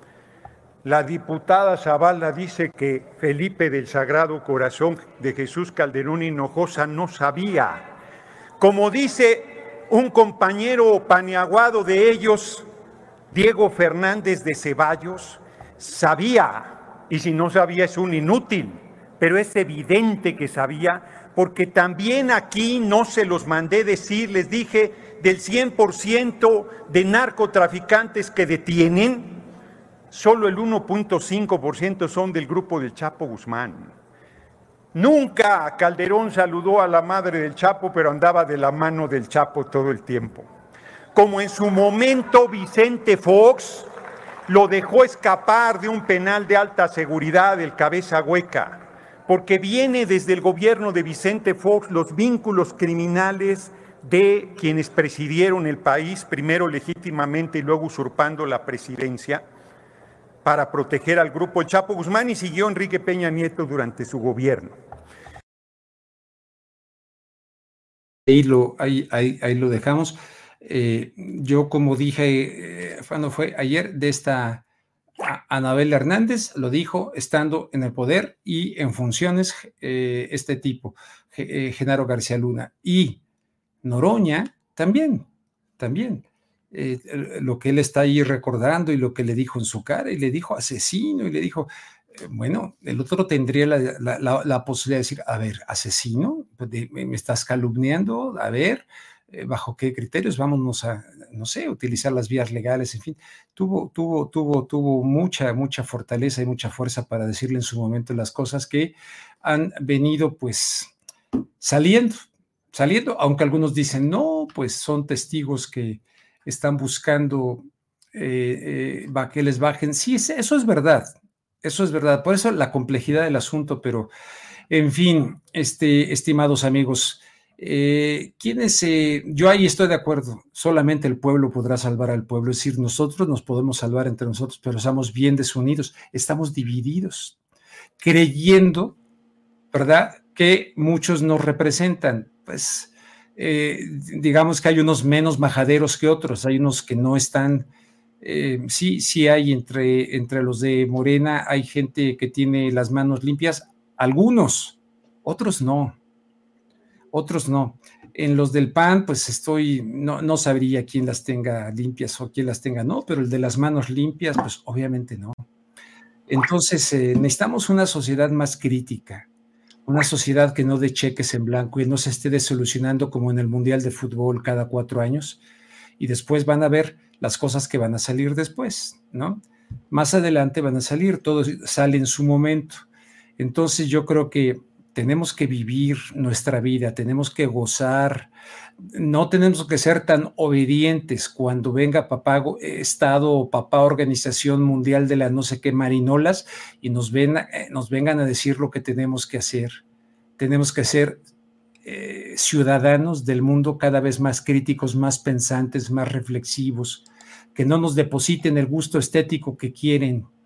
La diputada Zavala dice que Felipe del Sagrado Corazón de Jesús Calderón Hinojosa no sabía. Como dice un compañero paniaguado de ellos, Diego Fernández de Ceballos, sabía, y si no sabía es un inútil, pero es evidente que sabía, porque también aquí no se los mandé decir, les dije, del cien por ciento de narcotraficantes que detienen, solo el uno punto cinco por ciento son del grupo del Chapo Guzmán. Nunca Calderón saludó a la madre del Chapo, pero andaba de la mano del Chapo todo el tiempo. Como en su momento Vicente Fox lo dejó escapar de un penal de alta seguridad, el Cabeza Hueca, porque viene desde el gobierno de Vicente Fox los vínculos criminales de quienes presidieron el país, primero legítimamente y luego usurpando la presidencia, para proteger al grupo El Chapo Guzmán, y siguió Enrique Peña Nieto durante su gobierno. Ahí lo, ahí, ahí, ahí lo dejamos. Eh, yo, como dije, eh, cuando fue ayer, de esta Anabel Hernández, lo dijo estando en el poder y en funciones eh, este tipo, eh, Genaro García Luna. Y Noroña también, también. Eh, lo que él está ahí recordando y lo que le dijo en su cara, y le dijo asesino, y le dijo, eh, bueno, el otro tendría la, la, la, la posibilidad de decir, a ver, asesino, me estás calumniando, a ver, eh, bajo qué criterios, vámonos a, no sé, utilizar las vías legales, en fin, tuvo, tuvo, tuvo, tuvo mucha, mucha fortaleza y mucha fuerza para decirle en su momento las cosas que han venido, pues, saliendo, saliendo, aunque algunos dicen, no, pues son testigos que están buscando eh, eh, que les bajen. Sí, eso es verdad, eso es verdad. Por eso la complejidad del asunto, pero en fin, este, estimados amigos, eh, ¿quiénes? Eh, yo ahí estoy de acuerdo, solamente el pueblo podrá salvar al pueblo, es decir, nosotros nos podemos salvar entre nosotros, pero estamos bien desunidos, estamos divididos, creyendo, ¿verdad?, que muchos nos representan, pues... Eh, digamos que hay unos menos majaderos que otros, hay unos que no están, eh, sí, sí hay entre, entre los de Morena, hay gente que tiene las manos limpias, algunos, otros no, otros no. En los del P A N, pues estoy, no, no sabría quién las tenga limpias o quién las tenga no, pero el de las manos limpias, pues obviamente no. Entonces, eh, necesitamos una sociedad más crítica, una sociedad que no dé cheques en blanco y no se esté desolucionando como en el Mundial de Fútbol cada cuatro años, y después van a ver las cosas que van a salir después, ¿no? Más adelante van a salir, todo sale en su momento. Entonces yo creo que tenemos que vivir nuestra vida, tenemos que gozar, no tenemos que ser tan obedientes cuando venga papá Estado o papá Organización Mundial de la no sé qué marinolas y nos, ven, nos vengan a decir lo que tenemos que hacer. Tenemos que ser eh, ciudadanos del mundo cada vez más críticos, más pensantes, más reflexivos, que no nos depositen el gusto estético que quieren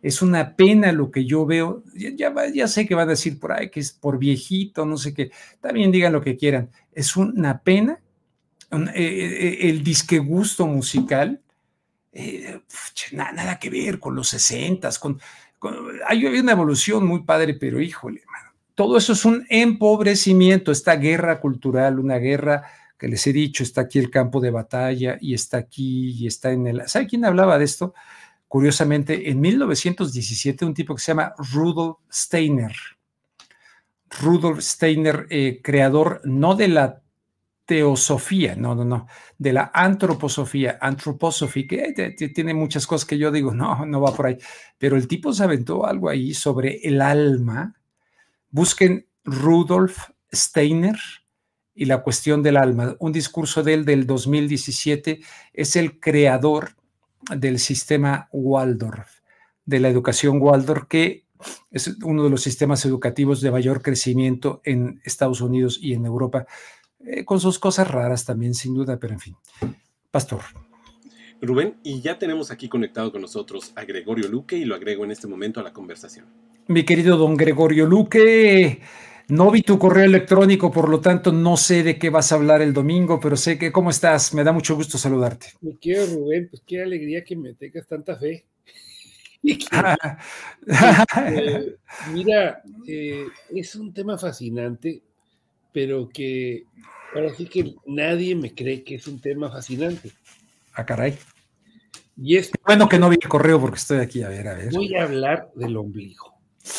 Es una pena lo que yo veo. Ya, ya, ya sé que van a decir por ahí que es por viejito, no sé qué. También digan lo que quieran. Es una pena un, eh, el disque gusto musical. Eh, nada, nada que ver con los sesentas. Con, con, hay una evolución muy padre, pero híjole, man, todo eso es un empobrecimiento. Esta guerra cultural, una guerra que les he dicho, está aquí el campo de batalla y está aquí y está en el... ¿Sabe quién hablaba de esto? Curiosamente, en mil novecientos diecisiete, un tipo que se llama Rudolf Steiner. Rudolf Steiner, eh, creador no de la teosofía, no, no, no, de la antroposofía, anthroposophy, que eh, tiene muchas cosas que yo digo, no, no va por ahí, pero el tipo se aventó algo ahí sobre el alma. Busquen Rudolf Steiner y la cuestión del alma. Un discurso de él del dos mil diecisiete. Es el creador del sistema Waldorf, de la educación Waldorf, que es uno de los sistemas educativos de mayor crecimiento en Estados Unidos y en Europa, eh, con sus cosas raras también, sin duda, pero en fin. Pastor. Rubén, y ya tenemos aquí conectado con nosotros a Gregorio Luque y lo agrego en este momento a la conversación. Mi querido don Gregorio Luque, no vi tu correo electrónico, por lo tanto no sé de qué vas a hablar el domingo, pero sé que, ¿cómo estás? Me da mucho gusto saludarte. Mi querido Rubén, pues qué alegría que me tengas tanta fe. Que, eh, mira, eh, es un tema fascinante, pero que ahora sí que nadie me cree que es un tema fascinante. Ah, caray. Y es, bueno que no vi el correo porque estoy aquí, a ver, a ver. Voy a hablar del ombligo.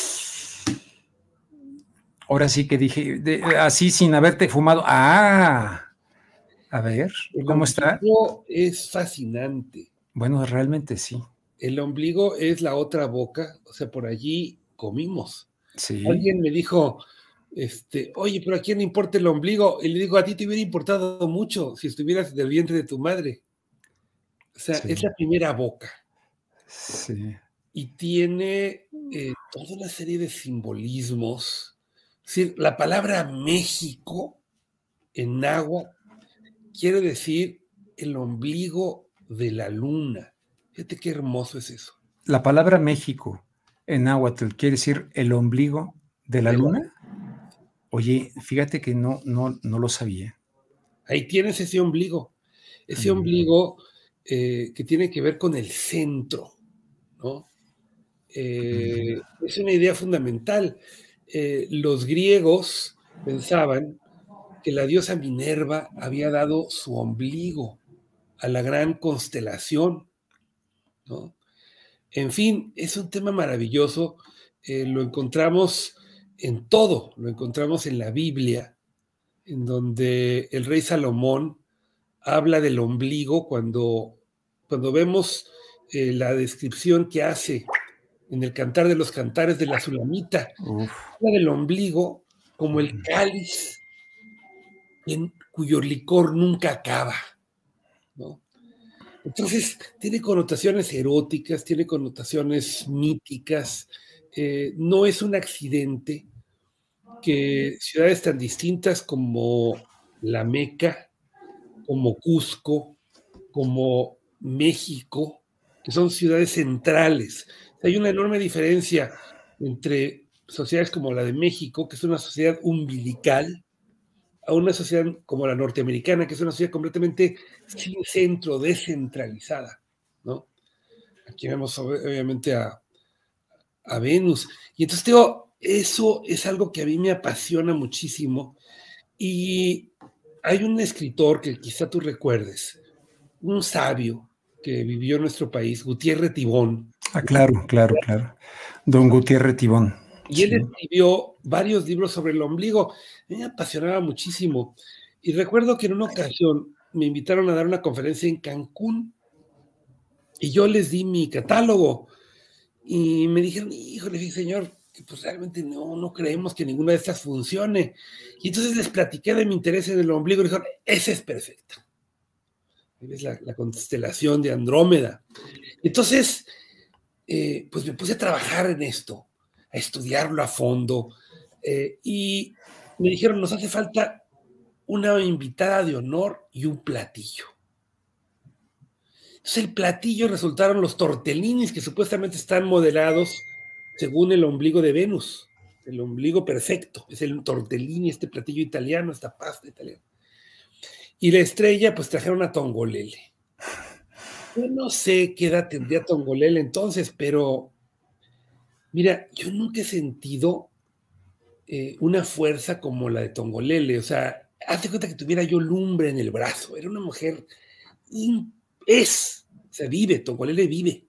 Ahora sí que dije, de, así sin haberte fumado. Ah, a ver, ¿cómo está? El ombligo es fascinante. Bueno, realmente sí. El ombligo es la otra boca, o sea, por allí comimos. Sí. Alguien me dijo, este, oye, pero ¿a quién le importa el ombligo? Y le digo, a ti te hubiera importado mucho si estuvieras del vientre de tu madre. O sea, sí. Es la primera boca. Sí. Y tiene eh, toda una serie de simbolismos. Es decir, la palabra México en náhuatl quiere decir el ombligo de la luna. Fíjate qué hermoso es eso. La palabra México en náhuatl quiere decir el ombligo de la luna. Oye, fíjate que no, no, no lo sabía. Ahí tienes ese ombligo. Ese mm. ombligo eh, que tiene que ver con el centro, ¿no? Eh, mm. Es una idea fundamental. Eh, los griegos pensaban que la diosa Minerva había dado su ombligo a la gran constelación, ¿no? En fin, es un tema maravilloso. Eh, lo encontramos en todo, lo encontramos en la Biblia, en donde el rey Salomón habla del ombligo cuando, cuando vemos eh, la descripción que hace en el Cantar de los Cantares de la Sulamita. Uf. Habla del ombligo como el cáliz en cuyo licor nunca acaba, ¿no? Entonces, tiene connotaciones eróticas, tiene connotaciones míticas. Eh, no es un accidente que ciudades tan distintas como la Meca, como Cusco, como México, que son ciudades centrales. Hay una enorme diferencia entre sociedades como la de México, que es una sociedad umbilical, a una sociedad como la norteamericana, que es una sociedad completamente sin centro, descentralizada, ¿no? Aquí vemos obviamente a, a Venus. Y entonces digo, eso es algo que a mí me apasiona muchísimo. Y hay un escritor que quizá tú recuerdes, un sabio que vivió en nuestro país, Gutiérrez Tibón. Ah, claro, claro, claro. Don Gutiérrez Tibón. Y él sí. escribió varios libros sobre el ombligo. Me apasionaba muchísimo. Y recuerdo que en una ocasión me invitaron a dar una conferencia en Cancún y yo les di mi catálogo y me dijeron, híjole, señor, que pues realmente no, no creemos que ninguna de estas funcione. Y entonces les platiqué de mi interés en el ombligo y dijeron, esa es perfecta. Es la, la constelación de Andrómeda. Entonces, eh, pues me puse a trabajar en esto, a estudiarlo a fondo, eh, y me dijeron, nos hace falta una invitada de honor y un platillo. Entonces el platillo resultaron los tortellinis, que supuestamente están modelados según el ombligo de Venus, el ombligo perfecto, es el tortellini, este platillo italiano, esta pasta italiana. Y la estrella, pues trajeron a Tongolele. Yo no sé qué edad tendría Tongolele entonces, pero mira, yo nunca he sentido eh, una fuerza como la de Tongolele. O sea, hazte cuenta que tuviera yo lumbre en el brazo. Era una mujer, es, o sea, vive, Tongolele vive.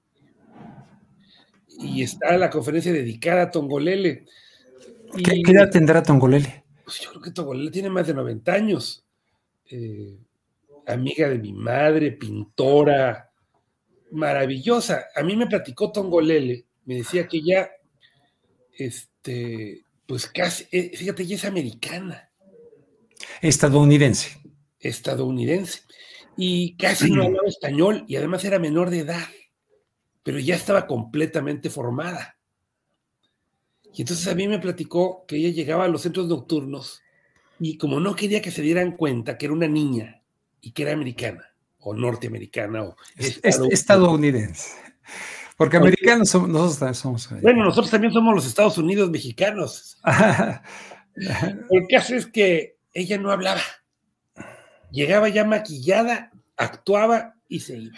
Y está la conferencia dedicada a Tongolele. Y, ¿Qué, ¿Qué edad tendrá Tongolele? Pues yo creo que Tongolele tiene más de noventa años. Eh, amiga de mi madre, pintora, maravillosa. A mí me platicó Tongolele, me decía que ella, este, pues casi, eh, fíjate, ella es americana. Estadounidense. Estadounidense. Y casi no hablaba español, y además era menor de edad, pero ya estaba completamente formada. Y entonces a mí me platicó que ella llegaba a los centros nocturnos y como no quería que se dieran cuenta que era una niña y que era americana o norteamericana o es, estadounidense. estadounidense. Porque americanos somos, nosotros somos americanos. Bueno, nosotros también somos los Estados Unidos mexicanos. El caso es que ella no hablaba. Llegaba ya maquillada, actuaba y se iba.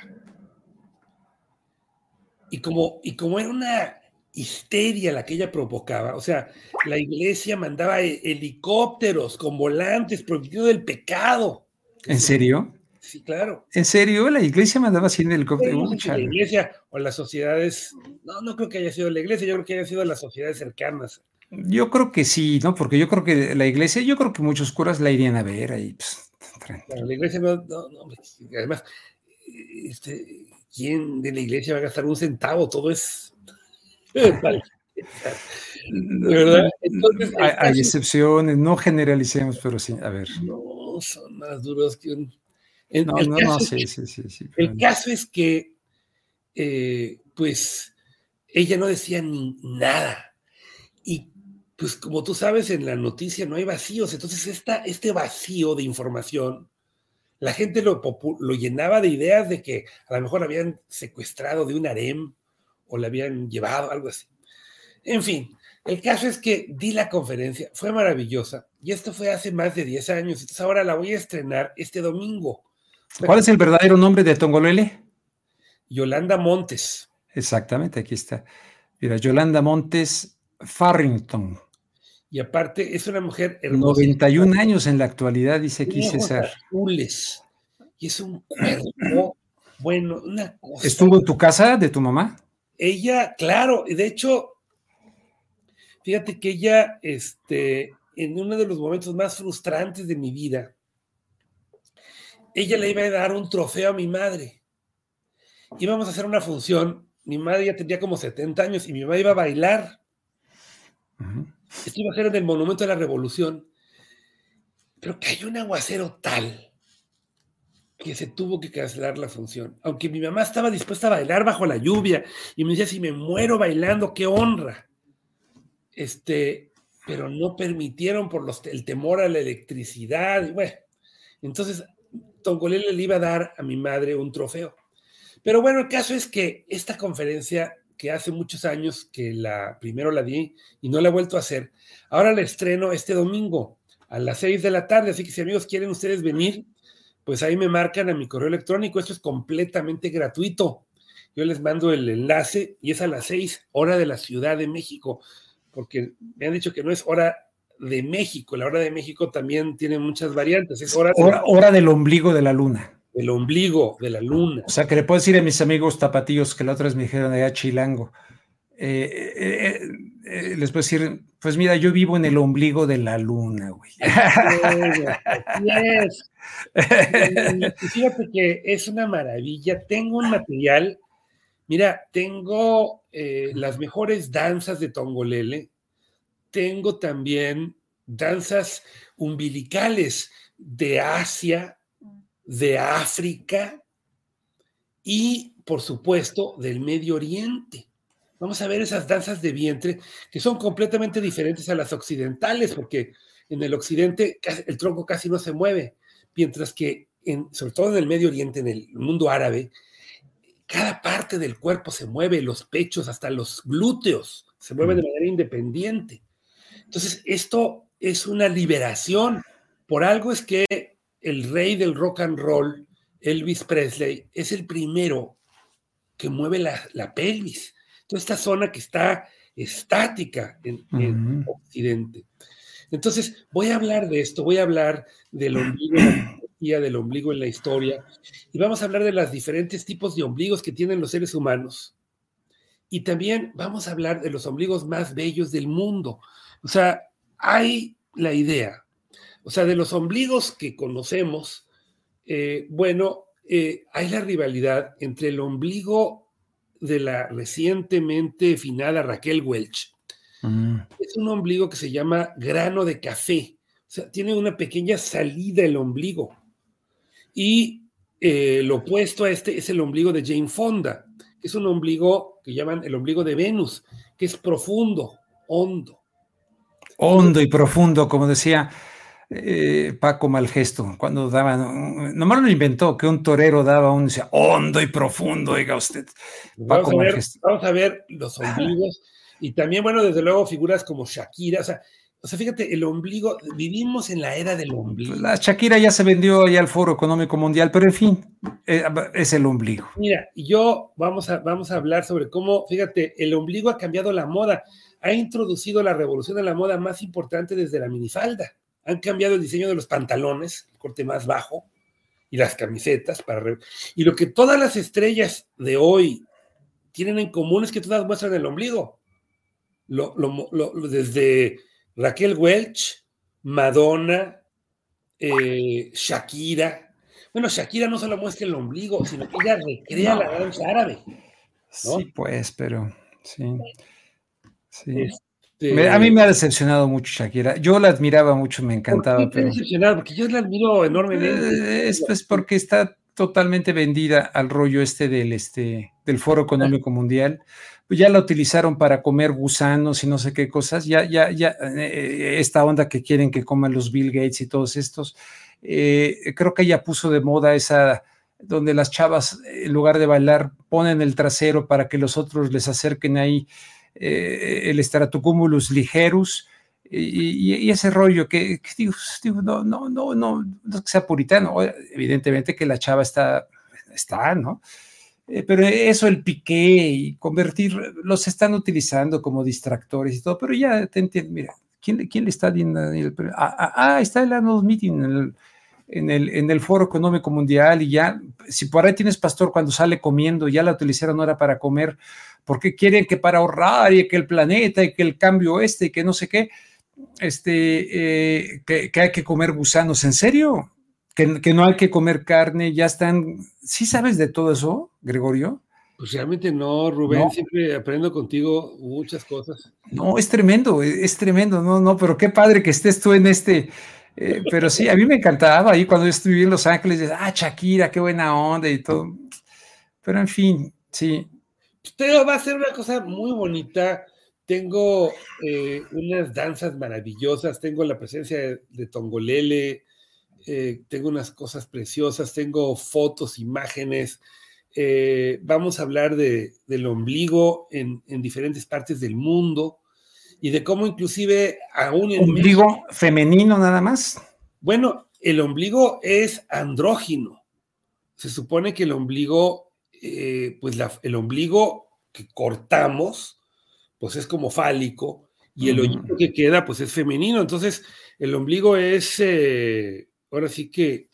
Y como, y como era una histeria la que ella provocaba, o sea, la iglesia mandaba helicópteros con volantes prohibiendo del pecado. ¿En serio? Sí, claro. ¿En serio? ¿La iglesia mandaba así en helicóptero? No sé si la iglesia o las sociedades, no, no creo que haya sido la iglesia, yo creo que haya sido las sociedades cercanas. Yo creo que sí, ¿no? Porque yo creo que la iglesia, yo creo que muchos curas la irían a ver ahí. Pues, claro, la iglesia no, no, no, además, este, ¿quién de la iglesia va a gastar un centavo? Todo es... Vale. De verdad. Entonces, hay, caso, hay excepciones, no generalicemos, pero sí, a ver. No, son más duros que un... El, no, el no, caso no, es sí, que, sí, sí, sí. El no. caso es que, eh, pues, ella no decía ni nada. Y, pues, como tú sabes, en la noticia no hay vacíos. Entonces, esta, este vacío de información, la gente lo, lo llenaba de ideas de que a lo mejor habían secuestrado de un harem o la habían llevado, algo así. En fin, el caso es que di la conferencia, fue maravillosa, y esto fue hace más de diez años, entonces ahora la voy a estrenar este domingo. ¿Cuál es el verdadero nombre de Tongolele? Yolanda Montes. Exactamente, aquí está. Mira, Yolanda Montes Farrington. Y aparte es una mujer hermosa. noventa y un años en la actualidad, dice aquí César. Azules, y es un cuerpo, bueno, una cosa. ¿Estuvo en tu casa de tu mamá? Ella, claro, de hecho, fíjate que ella, este, en uno de los momentos más frustrantes de mi vida, ella le iba a dar un trofeo a mi madre. Íbamos a hacer una función, mi madre ya tenía como setenta años y mi mamá iba a bailar. Uh-huh. Esto iba a ser en el Monumento de la Revolución, pero cayó un aguacero tal que se tuvo que cancelar la función. Aunque mi mamá estaba dispuesta a bailar bajo la lluvia y me decía, si me muero bailando, qué honra. Este, pero no permitieron por los, el temor a la electricidad. Y bueno, entonces Tongolele le iba a dar a mi madre un trofeo. Pero bueno, el caso es que esta conferencia, que hace muchos años que la primero la di y no la he vuelto a hacer, ahora la estreno este domingo a las seis de la tarde, así que si amigos quieren ustedes venir, pues ahí me marcan a mi correo electrónico, esto es completamente gratuito. Yo les mando el enlace y es a las seis, hora de la Ciudad de México, porque me han dicho que no es hora de México, la hora de México también tiene muchas variantes, es hora, hora, de, hora del ombligo de la luna. El ombligo de la luna. O sea, que le puedo decir a mis amigos tapatíos que la otra vez me dijeron allá chilango, eh, eh, eh, les puedo decir, pues mira, yo vivo en el ombligo de la luna, güey. Así es. Y fíjate que es una maravilla. Tengo un material, mira, tengo eh, las mejores danzas de Tongolele, tengo también danzas umbilicales de Asia, de África y, por supuesto, del Medio Oriente. Vamos a ver esas danzas de vientre que son completamente diferentes a las occidentales, porque en el occidente el tronco casi no se mueve, mientras que, en, sobre todo en el Medio Oriente, en el mundo árabe, cada parte del cuerpo se mueve, los pechos, hasta los glúteos, se mueven de manera independiente. Entonces, esto es una liberación. Por algo es que el rey del rock and roll, Elvis Presley, es el primero que mueve la, la pelvis. Toda esta zona que está estática en, uh-huh. en Occidente. Entonces, voy a hablar de esto, voy a hablar del ombligo en la biología, del ombligo en la historia, y vamos a hablar de los diferentes tipos de ombligos que tienen los seres humanos. Y también vamos a hablar de los ombligos más bellos del mundo. O sea, hay la idea, o sea, de los ombligos que conocemos, eh, bueno, eh, hay la rivalidad entre el ombligo de la recientemente finada Raquel Welch. Mm. Es un ombligo que se llama grano de café, o sea, tiene una pequeña salida el ombligo. Y eh, lo opuesto a este es el ombligo de Jane Fonda, que es un ombligo que llaman el ombligo de Venus, que es profundo, hondo. Hondo y profundo, como decía eh, Paco Malgesto, cuando daban, nomás lo inventó, que un torero daba un, decía, hondo y profundo, oiga usted. Vamos a, ver, vamos a ver los ombligos, y también, bueno, desde luego figuras como Shakira, o sea, o sea, fíjate, el ombligo, vivimos en la era del ombligo. La Shakira ya se vendió allá al Foro Económico Mundial, pero en fin, eh, es el ombligo. Mira, yo vamos a, vamos a hablar sobre cómo, fíjate, el ombligo ha cambiado la moda, ha introducido la revolución de la moda más importante desde la minifalda. Han cambiado el diseño de los pantalones, el corte más bajo, y las camisetas. Para re... Y lo que todas las estrellas de hoy tienen en común es que todas muestran el ombligo. Lo, lo, lo, desde Raquel Welch, Madonna, eh, Shakira. Bueno, Shakira no solo muestra el ombligo, sino que ella recrea no. la danza árabe, ¿no? Sí, pues, pero sí. sí. Este... Me, a mí me ha decepcionado mucho Shakira. Yo la admiraba mucho, me encantaba. ¿Por qué pero... decepcionado? Porque yo la admiro enormemente. Eh, es pues porque está totalmente vendida al rollo este del, este, del Foro Económico Mundial. Pues ya la utilizaron para comer gusanos y no sé qué cosas. Ya, ya, ya, eh, esta onda que quieren que coman los Bill Gates y todos estos. Eh, creo que ella puso de moda esa donde las chavas, en lugar de bailar, ponen el trasero para que los otros les acerquen ahí eh, el Stratocumulus ligerus y, y, y ese rollo que, que digo, digo, no, no, no, no, no es que sea puritano, evidentemente que la chava está, está, ¿no? Eh, pero eso, el piqué y convertir, los están utilizando como distractores y todo, pero ya te entiendo, mira, ¿quién, quién le está dando? Ah, ah, está el annual meeting en el, en, el, en el Foro Económico Mundial y ya, si por ahí tienes pastor cuando sale comiendo, ya la utilizaron ahora para comer, porque quieren que para ahorrar y que el planeta y que el cambio este y que no sé qué, este, eh, que, que hay que comer gusanos, ¿en serio? Que, que no hay que comer carne, ya están, ¿sí sabes de todo eso, Gregorio? Pues realmente no, Rubén, no. Siempre aprendo contigo muchas cosas. No, es tremendo, es tremendo, no, no, pero qué padre que estés tú en este, eh, pero sí, a mí me encantaba ahí cuando yo estuve en Los Ángeles, ah, Shakira, qué buena onda y todo, pero en fin, sí. Pero va a ser una cosa muy bonita. Tengo eh, unas danzas maravillosas, tengo la presencia de, de Tongolele, eh, tengo unas cosas preciosas, tengo fotos, imágenes. Eh, vamos a hablar de, del ombligo en, en diferentes partes del mundo y de cómo inclusive aún en ¿Ombligo México, femenino nada más? Bueno, el ombligo es andrógino. Se supone que el ombligo, eh, pues la, el ombligo que cortamos, pues es como fálico, y el hoyito uh-huh. que queda, pues es femenino. Entonces, el ombligo es, eh, ahora sí que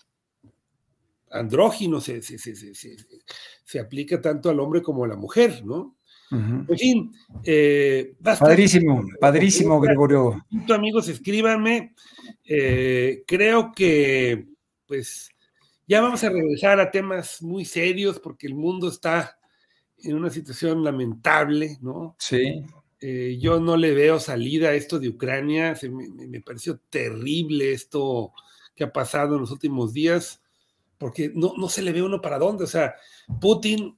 andrógino, se, se, se, se, se, se aplica tanto al hombre como a la mujer, ¿no? Uh-huh. En fin, eh, padrísimo, padrísimo, Gregorio. Amigos, escríbanme. Eh, creo que, pues, ya vamos a regresar a temas muy serios porque el mundo está en una situación lamentable, ¿no? Sí. Eh, yo no le veo salida a esto de Ucrania. Se me, me pareció terrible esto que ha pasado en los últimos días, porque no, no se le ve uno para dónde. O sea, Putin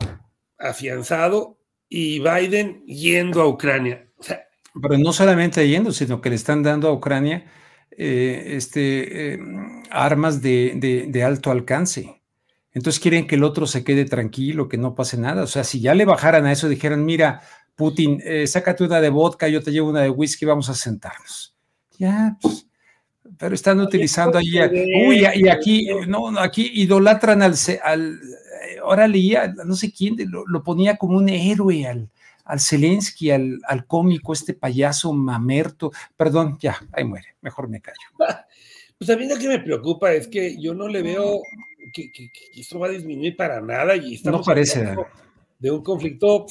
afianzado y Biden yendo a Ucrania. O sea, pero no solamente yendo, sino que le están dando a Ucrania eh, este, eh, armas de, de, de alto alcance. Entonces quieren que el otro se quede tranquilo, que no pase nada. O sea, si ya le bajaran a eso, dijeran, mira, Putin, eh, sácate una de vodka, yo te llevo una de whisky, vamos a sentarnos. Ya, pues, pero están utilizando ahí, a, uy, y aquí, no, no, aquí idolatran al, al ahora leía, no sé quién, lo, lo ponía como un héroe al, al Zelensky, al, al cómico, este payaso mamerto. Perdón, ya, ahí muere, mejor me callo. Pues a mí lo que me preocupa es que yo no le veo que, que, que esto va a disminuir para nada y estamos no parece de un conflicto.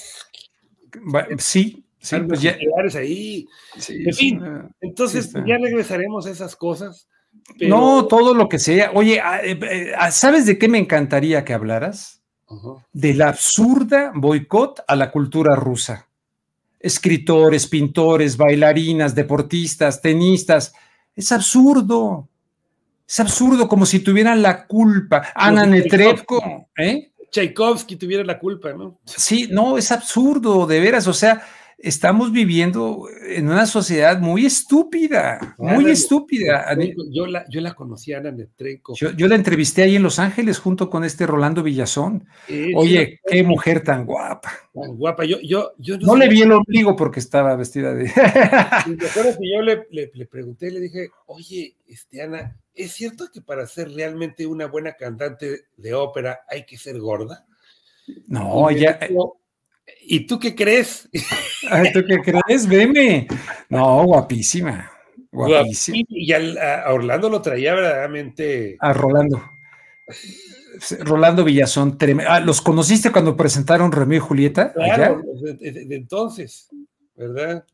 Sí, sí, pues ya. Ahí. Sí, en fin, sí, entonces sí ya regresaremos a esas cosas. Pero... No, todo lo que sea. Oye, ¿sabes de qué me encantaría que hablaras? Uh-huh. De la absurda boicot a la cultura rusa. Escritores, pintores, bailarinas, deportistas, tenistas. Es absurdo. Es absurdo, como si tuvieran la culpa. Ana Netrebko, ¿eh? Tchaikovsky tuviera la culpa, ¿no? Sí, no, es absurdo, de veras. O sea, estamos viviendo en una sociedad muy estúpida, muy Ana, estúpida. Yo la, yo la conocí a Ana Netrebko. Yo, yo la entrevisté ahí en Los Ángeles junto con este Rolando Villazón. Eh, Oye, sí, qué mujer tan guapa. Tan guapa. Yo, yo, yo no no le vi el ombligo porque estaba vestida de... Me acuerdo que yo le, le, le pregunté, le dije, oye, este, Ana, ¿es cierto que para ser realmente una buena cantante de ópera hay que ser gorda? No, y ya... Dijo, ¿y tú qué crees? Ay, ¿tú qué crees? Veme. No, guapísima. Guapísima. Y al, a Orlando lo traía verdaderamente... A Rolando. Rolando Villazón. Ah, ¿los conociste cuando presentaron Romeo y Julieta? Claro, de, de, de entonces, ¿verdad?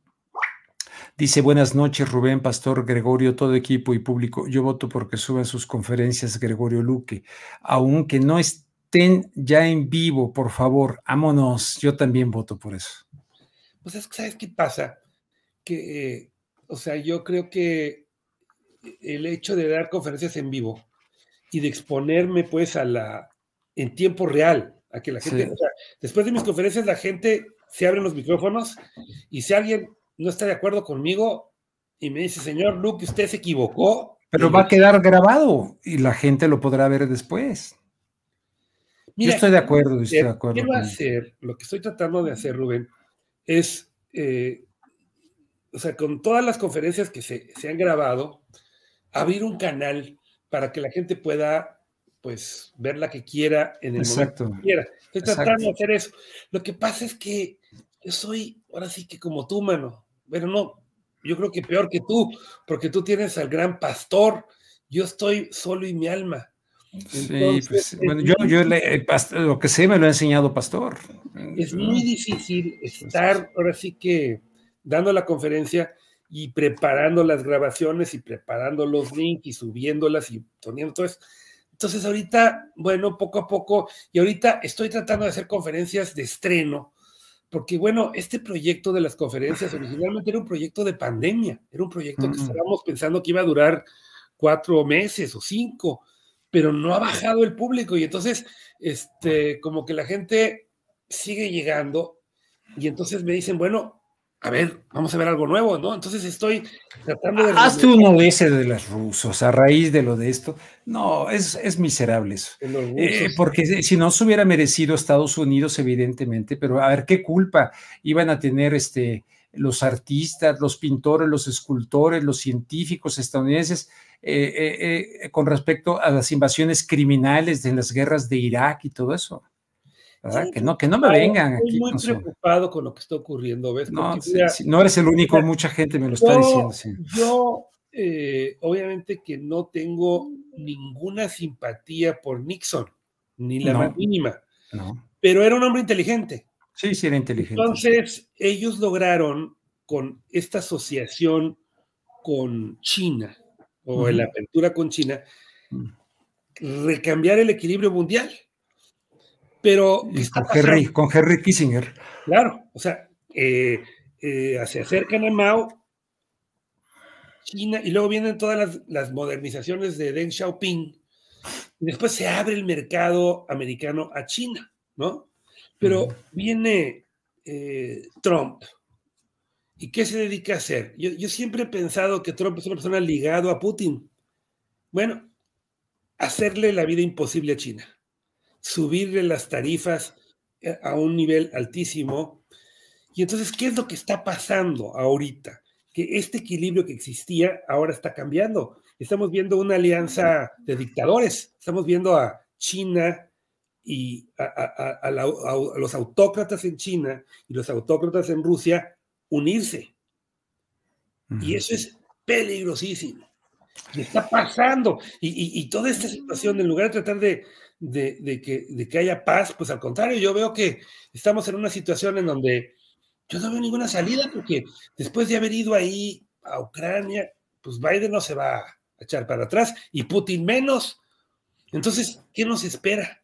Dice, buenas noches, Rubén, Pastor, Gregorio, todo equipo y público. Yo voto porque suban sus conferencias Gregorio Luque, aunque no estén ya en vivo, por favor, vámonos. Yo también voto por eso. Pues es que, ¿sabes qué pasa? Que, eh, o sea, yo creo que el hecho de dar conferencias en vivo y de exponerme, pues, a la, en tiempo real, a que la gente, sí. O sea, después de mis conferencias, la gente se abren los micrófonos y si alguien no está de acuerdo conmigo y me dice, señor Luke, usted se equivocó. Pero va a quedar grabado y la gente lo podrá ver después. Mira, yo estoy de acuerdo, yo estoy de acuerdo. ¿Qué va a hacer? Lo que estoy tratando de hacer, Rubén, es, eh, o sea, con todas las conferencias que se, se han grabado, abrir un canal para que la gente pueda, pues, ver la que quiera en el Exacto. momento que quiera. Estoy Exacto. tratando de hacer eso. Lo que pasa es que yo soy, ahora sí que como tú, mano. Bueno, no, yo creo que peor que tú, porque tú tienes al gran pastor. Yo estoy solo y mi alma. Entonces, sí, pues, bueno, yo, yo le, lo que sé me lo ha enseñado Pastor. Es muy difícil estar, ahora sí que, dando la conferencia y preparando las grabaciones y preparando los links y subiéndolas y poniendo todo eso. Entonces ahorita, bueno, poco a poco, y ahorita estoy tratando de hacer conferencias de estreno, porque bueno, este proyecto de las conferencias originalmente era un proyecto de pandemia, era un proyecto mm-hmm. que estábamos pensando que iba a durar cuatro meses o cinco, pero no ha bajado el público y entonces, este, como que la gente sigue llegando y entonces me dicen, bueno, a ver, vamos a ver algo nuevo, ¿no? Entonces estoy tratando de... Hazte uno de ese de los rusos, a raíz de lo de esto. No, es, es miserable eso. Eh, porque si no se hubiera merecido Estados Unidos, evidentemente, pero a ver, ¿qué culpa iban a tener este, los artistas, los pintores, los escultores, los científicos estadounidenses eh, eh, eh, con respecto a las invasiones criminales de las guerras de Irak y todo eso? Sí, que no, que no me vengan estoy aquí. Estoy muy preocupado su... con lo que está ocurriendo, ¿ves? No, Porque, sí, mira, sí, no eres el único, mira, mucha gente me lo está yo, diciendo. Sí. Yo, eh, obviamente que no tengo ninguna simpatía por Nixon, ni la no, más mínima, no. Pero era un hombre inteligente. Sí, sí, era inteligente. Entonces, ellos lograron, con esta asociación con China, o uh-huh. en la apertura con China, uh-huh. recambiar el equilibrio mundial. Pero y con, Henry, con Henry Kissinger. Claro, o sea, eh, eh, se acercan a Mao, China, y luego vienen todas las, las modernizaciones de Deng Xiaoping, y después se abre el mercado americano a China, ¿no? Pero uh-huh. viene eh, Trump, ¿y qué se dedica a hacer? Yo, yo siempre he pensado que Trump es una persona ligado a Putin. Bueno, hacerle la vida imposible a China. subirle las tarifas a un nivel altísimo. Y entonces, ¿qué es lo que está pasando ahorita? Que este equilibrio que existía ahora está cambiando. Estamos viendo una alianza de dictadores, estamos viendo a China y a, a, a, la, a los autócratas en China y los autócratas en Rusia unirse. Uh-huh. Y eso es peligrosísimo. Y está pasando. Y, y, y toda esta situación, en lugar de tratar de, de, de, que, de que haya paz, pues al contrario, yo veo que estamos en una situación en donde yo no veo ninguna salida, porque después de haber ido ahí a Ucrania, pues Biden no se va a echar para atrás y Putin menos. Entonces, ¿qué nos espera?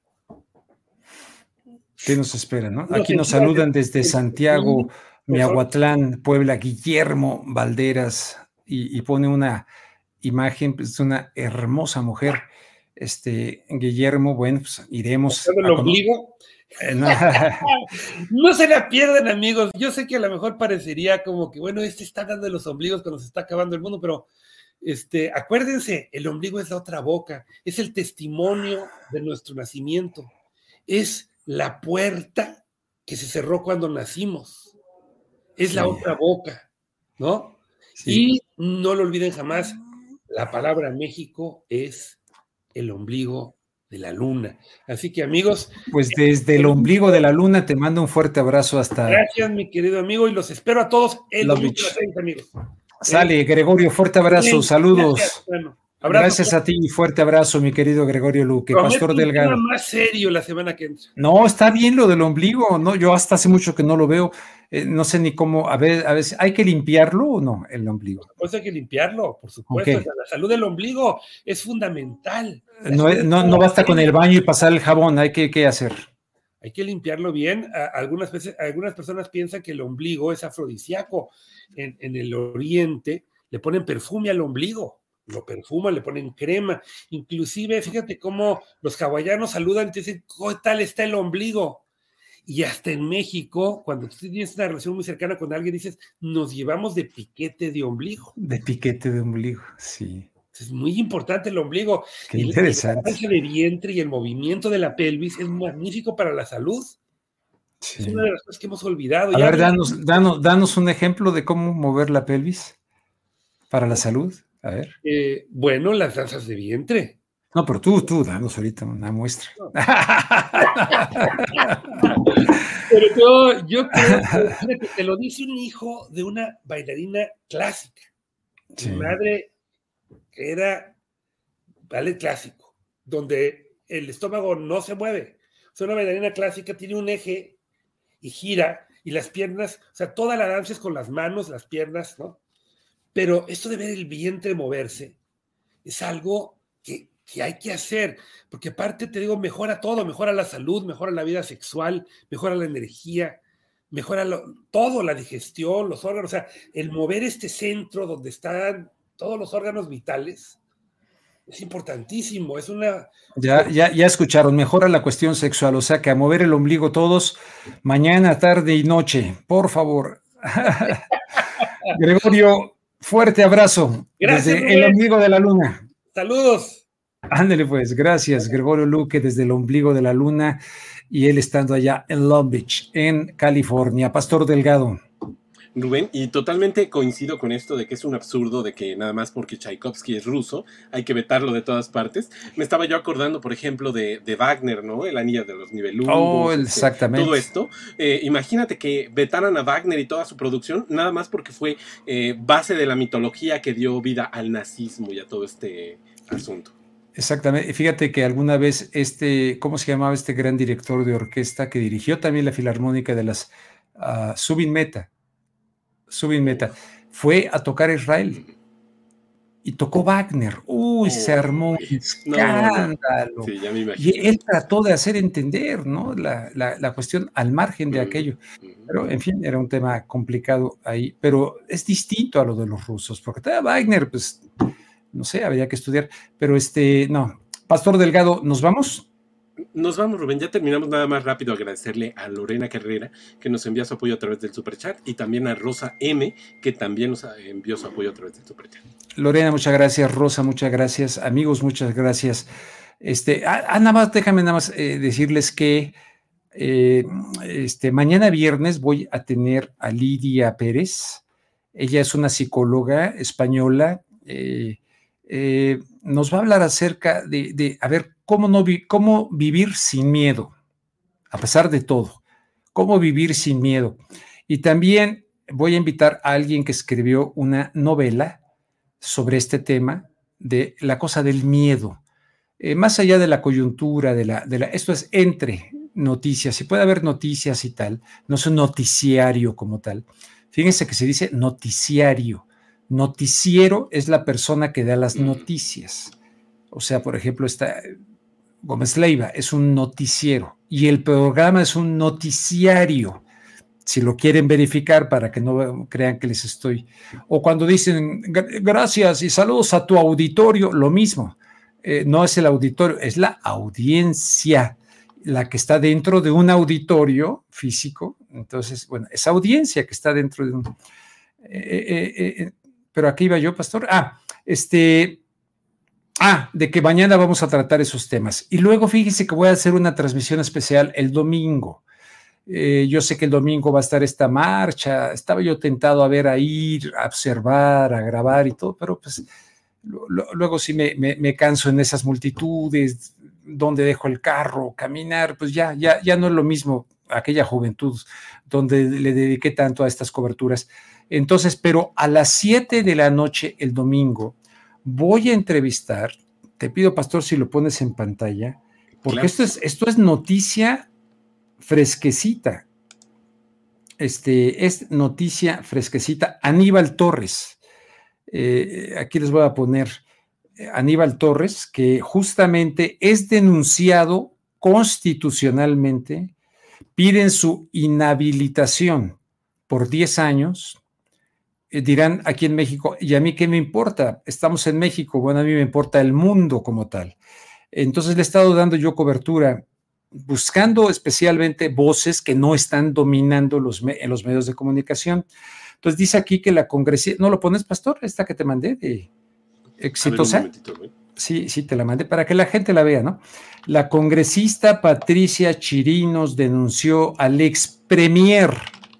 ¿Qué nos espera, no? Aquí nos saludan desde Santiago, Miahuatlán, Puebla, Guillermo Valderas, y, y pone una imagen, pues, de una hermosa mujer. Este, Guillermo, bueno, pues iremos. ¿El ombligo? Eh, no. No se la pierdan, amigos. Yo sé que a lo mejor parecería como que, bueno, este está dando de los ombligos cuando se está acabando el mundo, pero este, acuérdense, el ombligo es la otra boca, es el testimonio de nuestro nacimiento, es la puerta que se cerró cuando nacimos, es sí. La otra boca, ¿no? Sí. Y no lo olviden jamás, la palabra México es el ombligo de la luna. Así que, amigos, pues desde el ombligo de la luna te mando un fuerte abrazo hasta... Gracias, mi querido amigo, y los espero a todos el domingo a las seis, amigos. Sale, Gregorio, fuerte abrazo, sí, saludos. Gracias, bueno, gracias a ti, fuerte abrazo, mi querido Gregorio Luque. Prometo Pastor Delgado. Un tema más serio la semana que entra. No, está bien lo del ombligo, no, yo hasta hace mucho que no lo veo, eh, no sé ni cómo, a ver, a ver, ¿hay que limpiarlo o no, el ombligo? Pues hay que limpiarlo, por supuesto, okay. O sea, la salud del ombligo es fundamental. No, no, no basta con el baño y pasar el jabón, hay que, ¿qué hacer? Hay que limpiarlo bien. Algunas veces, algunas personas piensan que el ombligo es afrodisíaco. En, en el oriente le ponen perfume al ombligo, lo perfuman, le ponen crema. Inclusive, fíjate cómo los hawaianos saludan y te dicen, ¿qué tal está el ombligo? Y hasta en México, cuando tú tienes una relación muy cercana con alguien, dices, nos llevamos de piquete de ombligo. De piquete de ombligo, sí. Es muy importante el ombligo. Qué interesante. La balancia de vientre y el movimiento de la pelvis es magnífico para la salud. Sí. Es una de las cosas que hemos olvidado. A ya ver, danos, danos, danos un ejemplo de cómo mover la pelvis para la salud. A ver. Eh, bueno, las danzas de vientre. No, pero tú, tú, danos ahorita una muestra. No. Pero yo, yo creo que, que te lo dice un hijo de una bailarina clásica. Sí. Mi madre que era ballet clásico, donde el estómago no se mueve. O sea, una bailarina clásica tiene un eje y gira, y las piernas, o sea, toda la danza es con las manos, las piernas, ¿no? Pero esto de ver el vientre moverse es algo que, que hay que hacer, porque aparte, te digo, mejora todo, mejora la salud, mejora la vida sexual, mejora la energía, mejora lo, todo, la digestión, los órganos, o sea, el mover este centro donde están todos los órganos vitales, es importantísimo, es una... Ya, ya, ya escucharon, mejora la cuestión sexual, o sea que a mover el ombligo todos, mañana, tarde y noche, por favor. Gregorio, fuerte abrazo. Gracias, desde Rubén. El ombligo de la luna. Saludos. Ándale pues, gracias, Gregorio Luque desde el ombligo de la luna, y él estando allá en Long Beach, en California. Pastor Delgado. Rubén, y totalmente coincido con esto de que es un absurdo de que nada más porque Tchaikovsky es ruso hay que vetarlo de todas partes. Me estaba yo acordando, por ejemplo, de, de Wagner, ¿no? El Anillo de los Nibelungos. Oh, exactamente. Este, todo esto. Eh, imagínate que vetaran a Wagner y toda su producción nada más porque fue eh, base de la mitología que dio vida al nazismo y a todo este asunto. Exactamente. Fíjate que alguna vez este, ¿cómo se llamaba este gran director de orquesta que dirigió también la Filarmónica de las uh, Zubin Mehta? Zubin Mehta, fue a tocar a Israel y tocó Wagner. Uy, oh, se armó un escándalo. No, no. Sí, ya me imagino. Y él trató de hacer entender, ¿no? la, la, la cuestión al margen de aquello. Pero, en fin, era un tema complicado ahí. Pero es distinto a lo de los rusos, porque todavía Wagner, pues, no sé, habría que estudiar. Pero, este, no. Pastor Delgado, ¿nos vamos? Nos vamos, Rubén, ya terminamos. Nada más rápido agradecerle a Lorena Carrera, que nos envía su apoyo a través del Superchat, y también a Rosa M, que también nos envió su apoyo a través del Superchat. Lorena, muchas gracias. Rosa, muchas gracias. Amigos, muchas gracias. Este, ah, ah, nada más, déjame nada más eh, decirles que eh, este, mañana viernes voy a tener a Lidia Pérez. Ella es una psicóloga española. Eh, eh, nos va a hablar acerca de, de a ver, cómo, no vi, cómo vivir sin miedo, a pesar de todo. Cómo vivir sin miedo. Y también voy a invitar a alguien que escribió una novela sobre este tema de la cosa del miedo. Eh, más allá de la coyuntura, de la, de la, esto es entre noticias, si puede haber noticias y tal, no es un noticiario como tal. Fíjense que se dice noticiario. Noticiero es la persona que da las noticias. O sea, por ejemplo, está Gómez Leiva, es un noticiero, y el programa es un noticiario. Si lo quieren verificar para que no crean que les estoy... O cuando dicen gracias y saludos a tu auditorio, lo mismo. Eh, no es el auditorio, es la audiencia, la que está dentro de un auditorio físico. Entonces, bueno, esa audiencia que está dentro de un... Eh, eh, eh, pero aquí iba yo, pastor. Ah, este... Ah, de que mañana vamos a tratar esos temas. Y luego fíjense que voy a hacer una transmisión especial el domingo. Eh, yo sé que el domingo va a estar esta marcha. Estaba yo tentado a ver, a ir, a observar, a grabar y todo, pero pues... Luego sí me, me, me canso en esas multitudes, donde dejo el carro, caminar, pues ya, ya, ya no es lo mismo aquella juventud donde le dediqué tanto a estas coberturas. Entonces, pero a las siete de la noche el domingo voy a entrevistar, te pido, pastor, si lo pones en pantalla, porque claro. esto es, esto es noticia fresquecita. Este, es noticia fresquecita. Aníbal Torres. Eh, aquí les voy a poner Aníbal Torres, que justamente es denunciado constitucionalmente, piden su inhabilitación por diez años. Eh, dirán aquí en México, ¿y a mí qué me importa? Estamos en México, bueno, a mí me importa el mundo como tal. Entonces le he estado dando yo cobertura, buscando especialmente voces que no están dominando los, me- en los medios de comunicación. Entonces dice aquí que la congresista, ¿no lo pones, pastor? Esta que te mandé de exitosa. Sí, sí, te la mandé para que la gente la vea, ¿no? La congresista Patricia Chirinos denunció al ex premier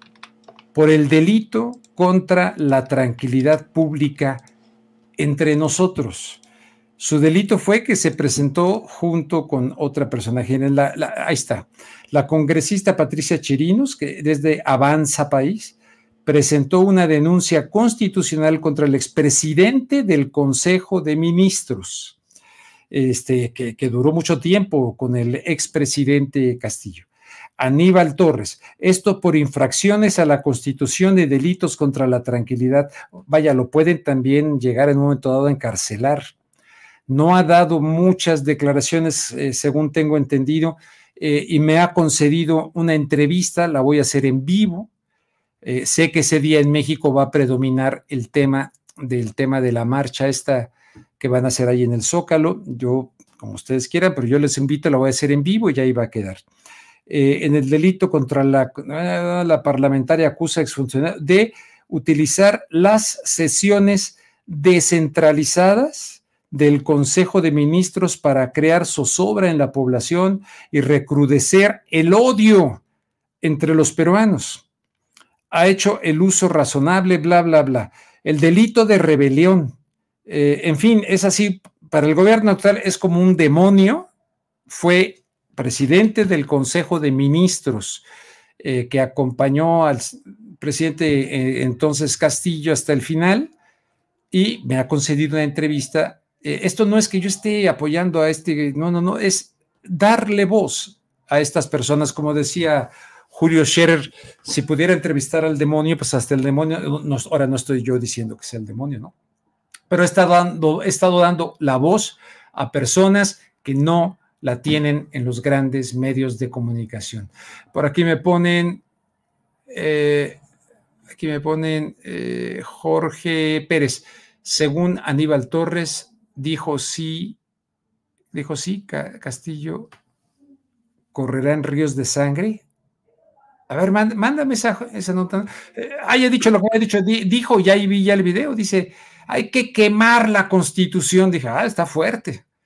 por el delito contra la tranquilidad pública entre nosotros. Su delito fue que se presentó junto con otra personaje. En la, la, ahí está. La congresista Patricia Chirinos, que desde Avanza País, presentó una denuncia constitucional contra el expresidente del Consejo de Ministros, este, que, que duró mucho tiempo con el expresidente Castillo, Aníbal Torres. Esto por infracciones a la Constitución y delitos contra la tranquilidad. Vaya, lo pueden también llegar en un momento dado a encarcelar. No ha dado muchas declaraciones, eh, según tengo entendido, eh, y me ha concedido una entrevista, la voy a hacer en vivo. Eh, sé que ese día en México va a predominar el tema del tema de la marcha esta que van a hacer ahí en el Zócalo. Yo, como ustedes quieran, pero yo les invito, la voy a hacer en vivo y ahí va a quedar. Eh, en el delito contra la, la parlamentaria acusa a exfuncionario de utilizar las sesiones descentralizadas del Consejo de Ministros para crear zozobra en la población y recrudecer el odio entre los peruanos. Ha hecho el uso razonable, bla, bla, bla. El delito de rebelión, eh, en fin, es así, para el gobierno actual es como un demonio. Fue presidente del Consejo de Ministros, eh, que acompañó al presidente eh, entonces Castillo hasta el final, y me ha concedido una entrevista. Eh, esto no es que yo esté apoyando a este, no, no, no, es darle voz a estas personas, como decía Julio Scherer, si pudiera entrevistar al demonio, pues hasta el demonio, no, ahora no estoy yo diciendo que sea el demonio, ¿no? Pero he estado dando, he estado dando la voz a personas que no la tienen en los grandes medios de comunicación. Por aquí me ponen, eh, aquí me ponen eh, Jorge Pérez, según Aníbal Torres, dijo sí, dijo sí, Castillo correrá en ríos de sangre. A ver, mándame esa, esa nota. Eh, haya dicho lo que haya dicho, di, dijo, ya vi ya el video, dice, hay que quemar la Constitución. Dije, ah, está fuerte.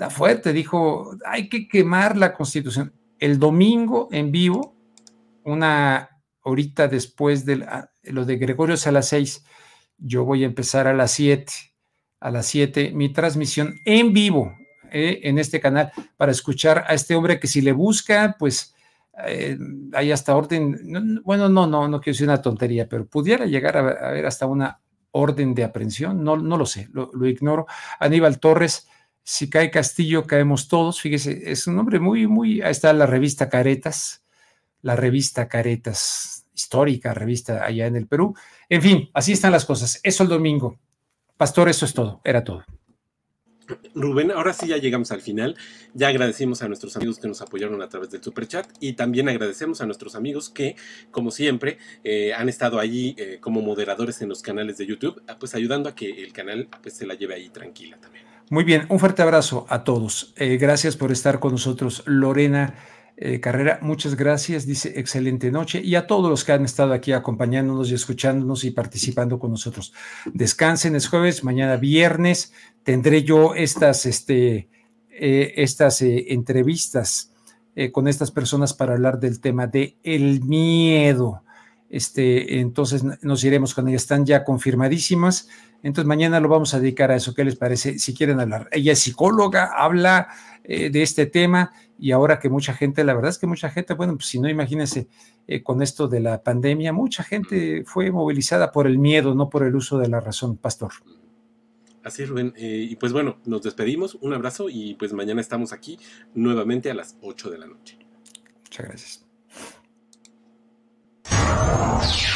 está fuerte, dijo, hay que quemar la Constitución. El domingo en vivo, una horita después de la, lo de Gregorio es a las seis, yo voy a empezar a las siete, a las siete, mi transmisión en vivo eh, en este canal para escuchar a este hombre que si le busca, pues eh, hay hasta orden, no, bueno, no, no, no quiero decir una tontería, pero pudiera llegar a, a haber hasta una orden de aprehensión, no, no lo sé, lo, lo ignoro. Aníbal Torres, si cae Castillo, caemos todos, fíjese, es un hombre muy, muy, ahí está la revista Caretas, la revista Caretas, histórica revista allá en el Perú. En fin, así están las cosas. Eso el domingo. Pastor, eso es todo, era todo. Rubén, ahora sí ya llegamos al final. Ya agradecimos a nuestros amigos que nos apoyaron a través del Superchat y también agradecemos a nuestros amigos que, como siempre, eh, han estado allí eh, como moderadores en los canales de YouTube, pues ayudando a que el canal pues, se la lleve ahí tranquila también. Muy bien, un fuerte abrazo a todos. Eh, gracias por estar con nosotros. Lorena eh, Carrera, muchas gracias. Dice, excelente noche. Y a todos los que han estado aquí acompañándonos y escuchándonos y participando con nosotros. Descansen, es jueves, mañana viernes tendré yo estas, este, eh, estas eh, entrevistas eh, con estas personas para hablar del tema de el miedo. Este, entonces nos iremos con ellas, están ya confirmadísimas. Entonces mañana lo vamos a dedicar a eso. ¿Qué les parece? Si quieren hablar. Ella es psicóloga, habla eh, de este tema y ahora que mucha gente, la verdad es que mucha gente, bueno, pues si no, imagínense eh, con esto de la pandemia, mucha gente fue movilizada por el miedo, no por el uso de la razón, Pastor. Así es, Rubén. Eh, y pues bueno, nos despedimos. Un abrazo y pues mañana estamos aquí nuevamente a las ocho de la noche. Muchas gracias.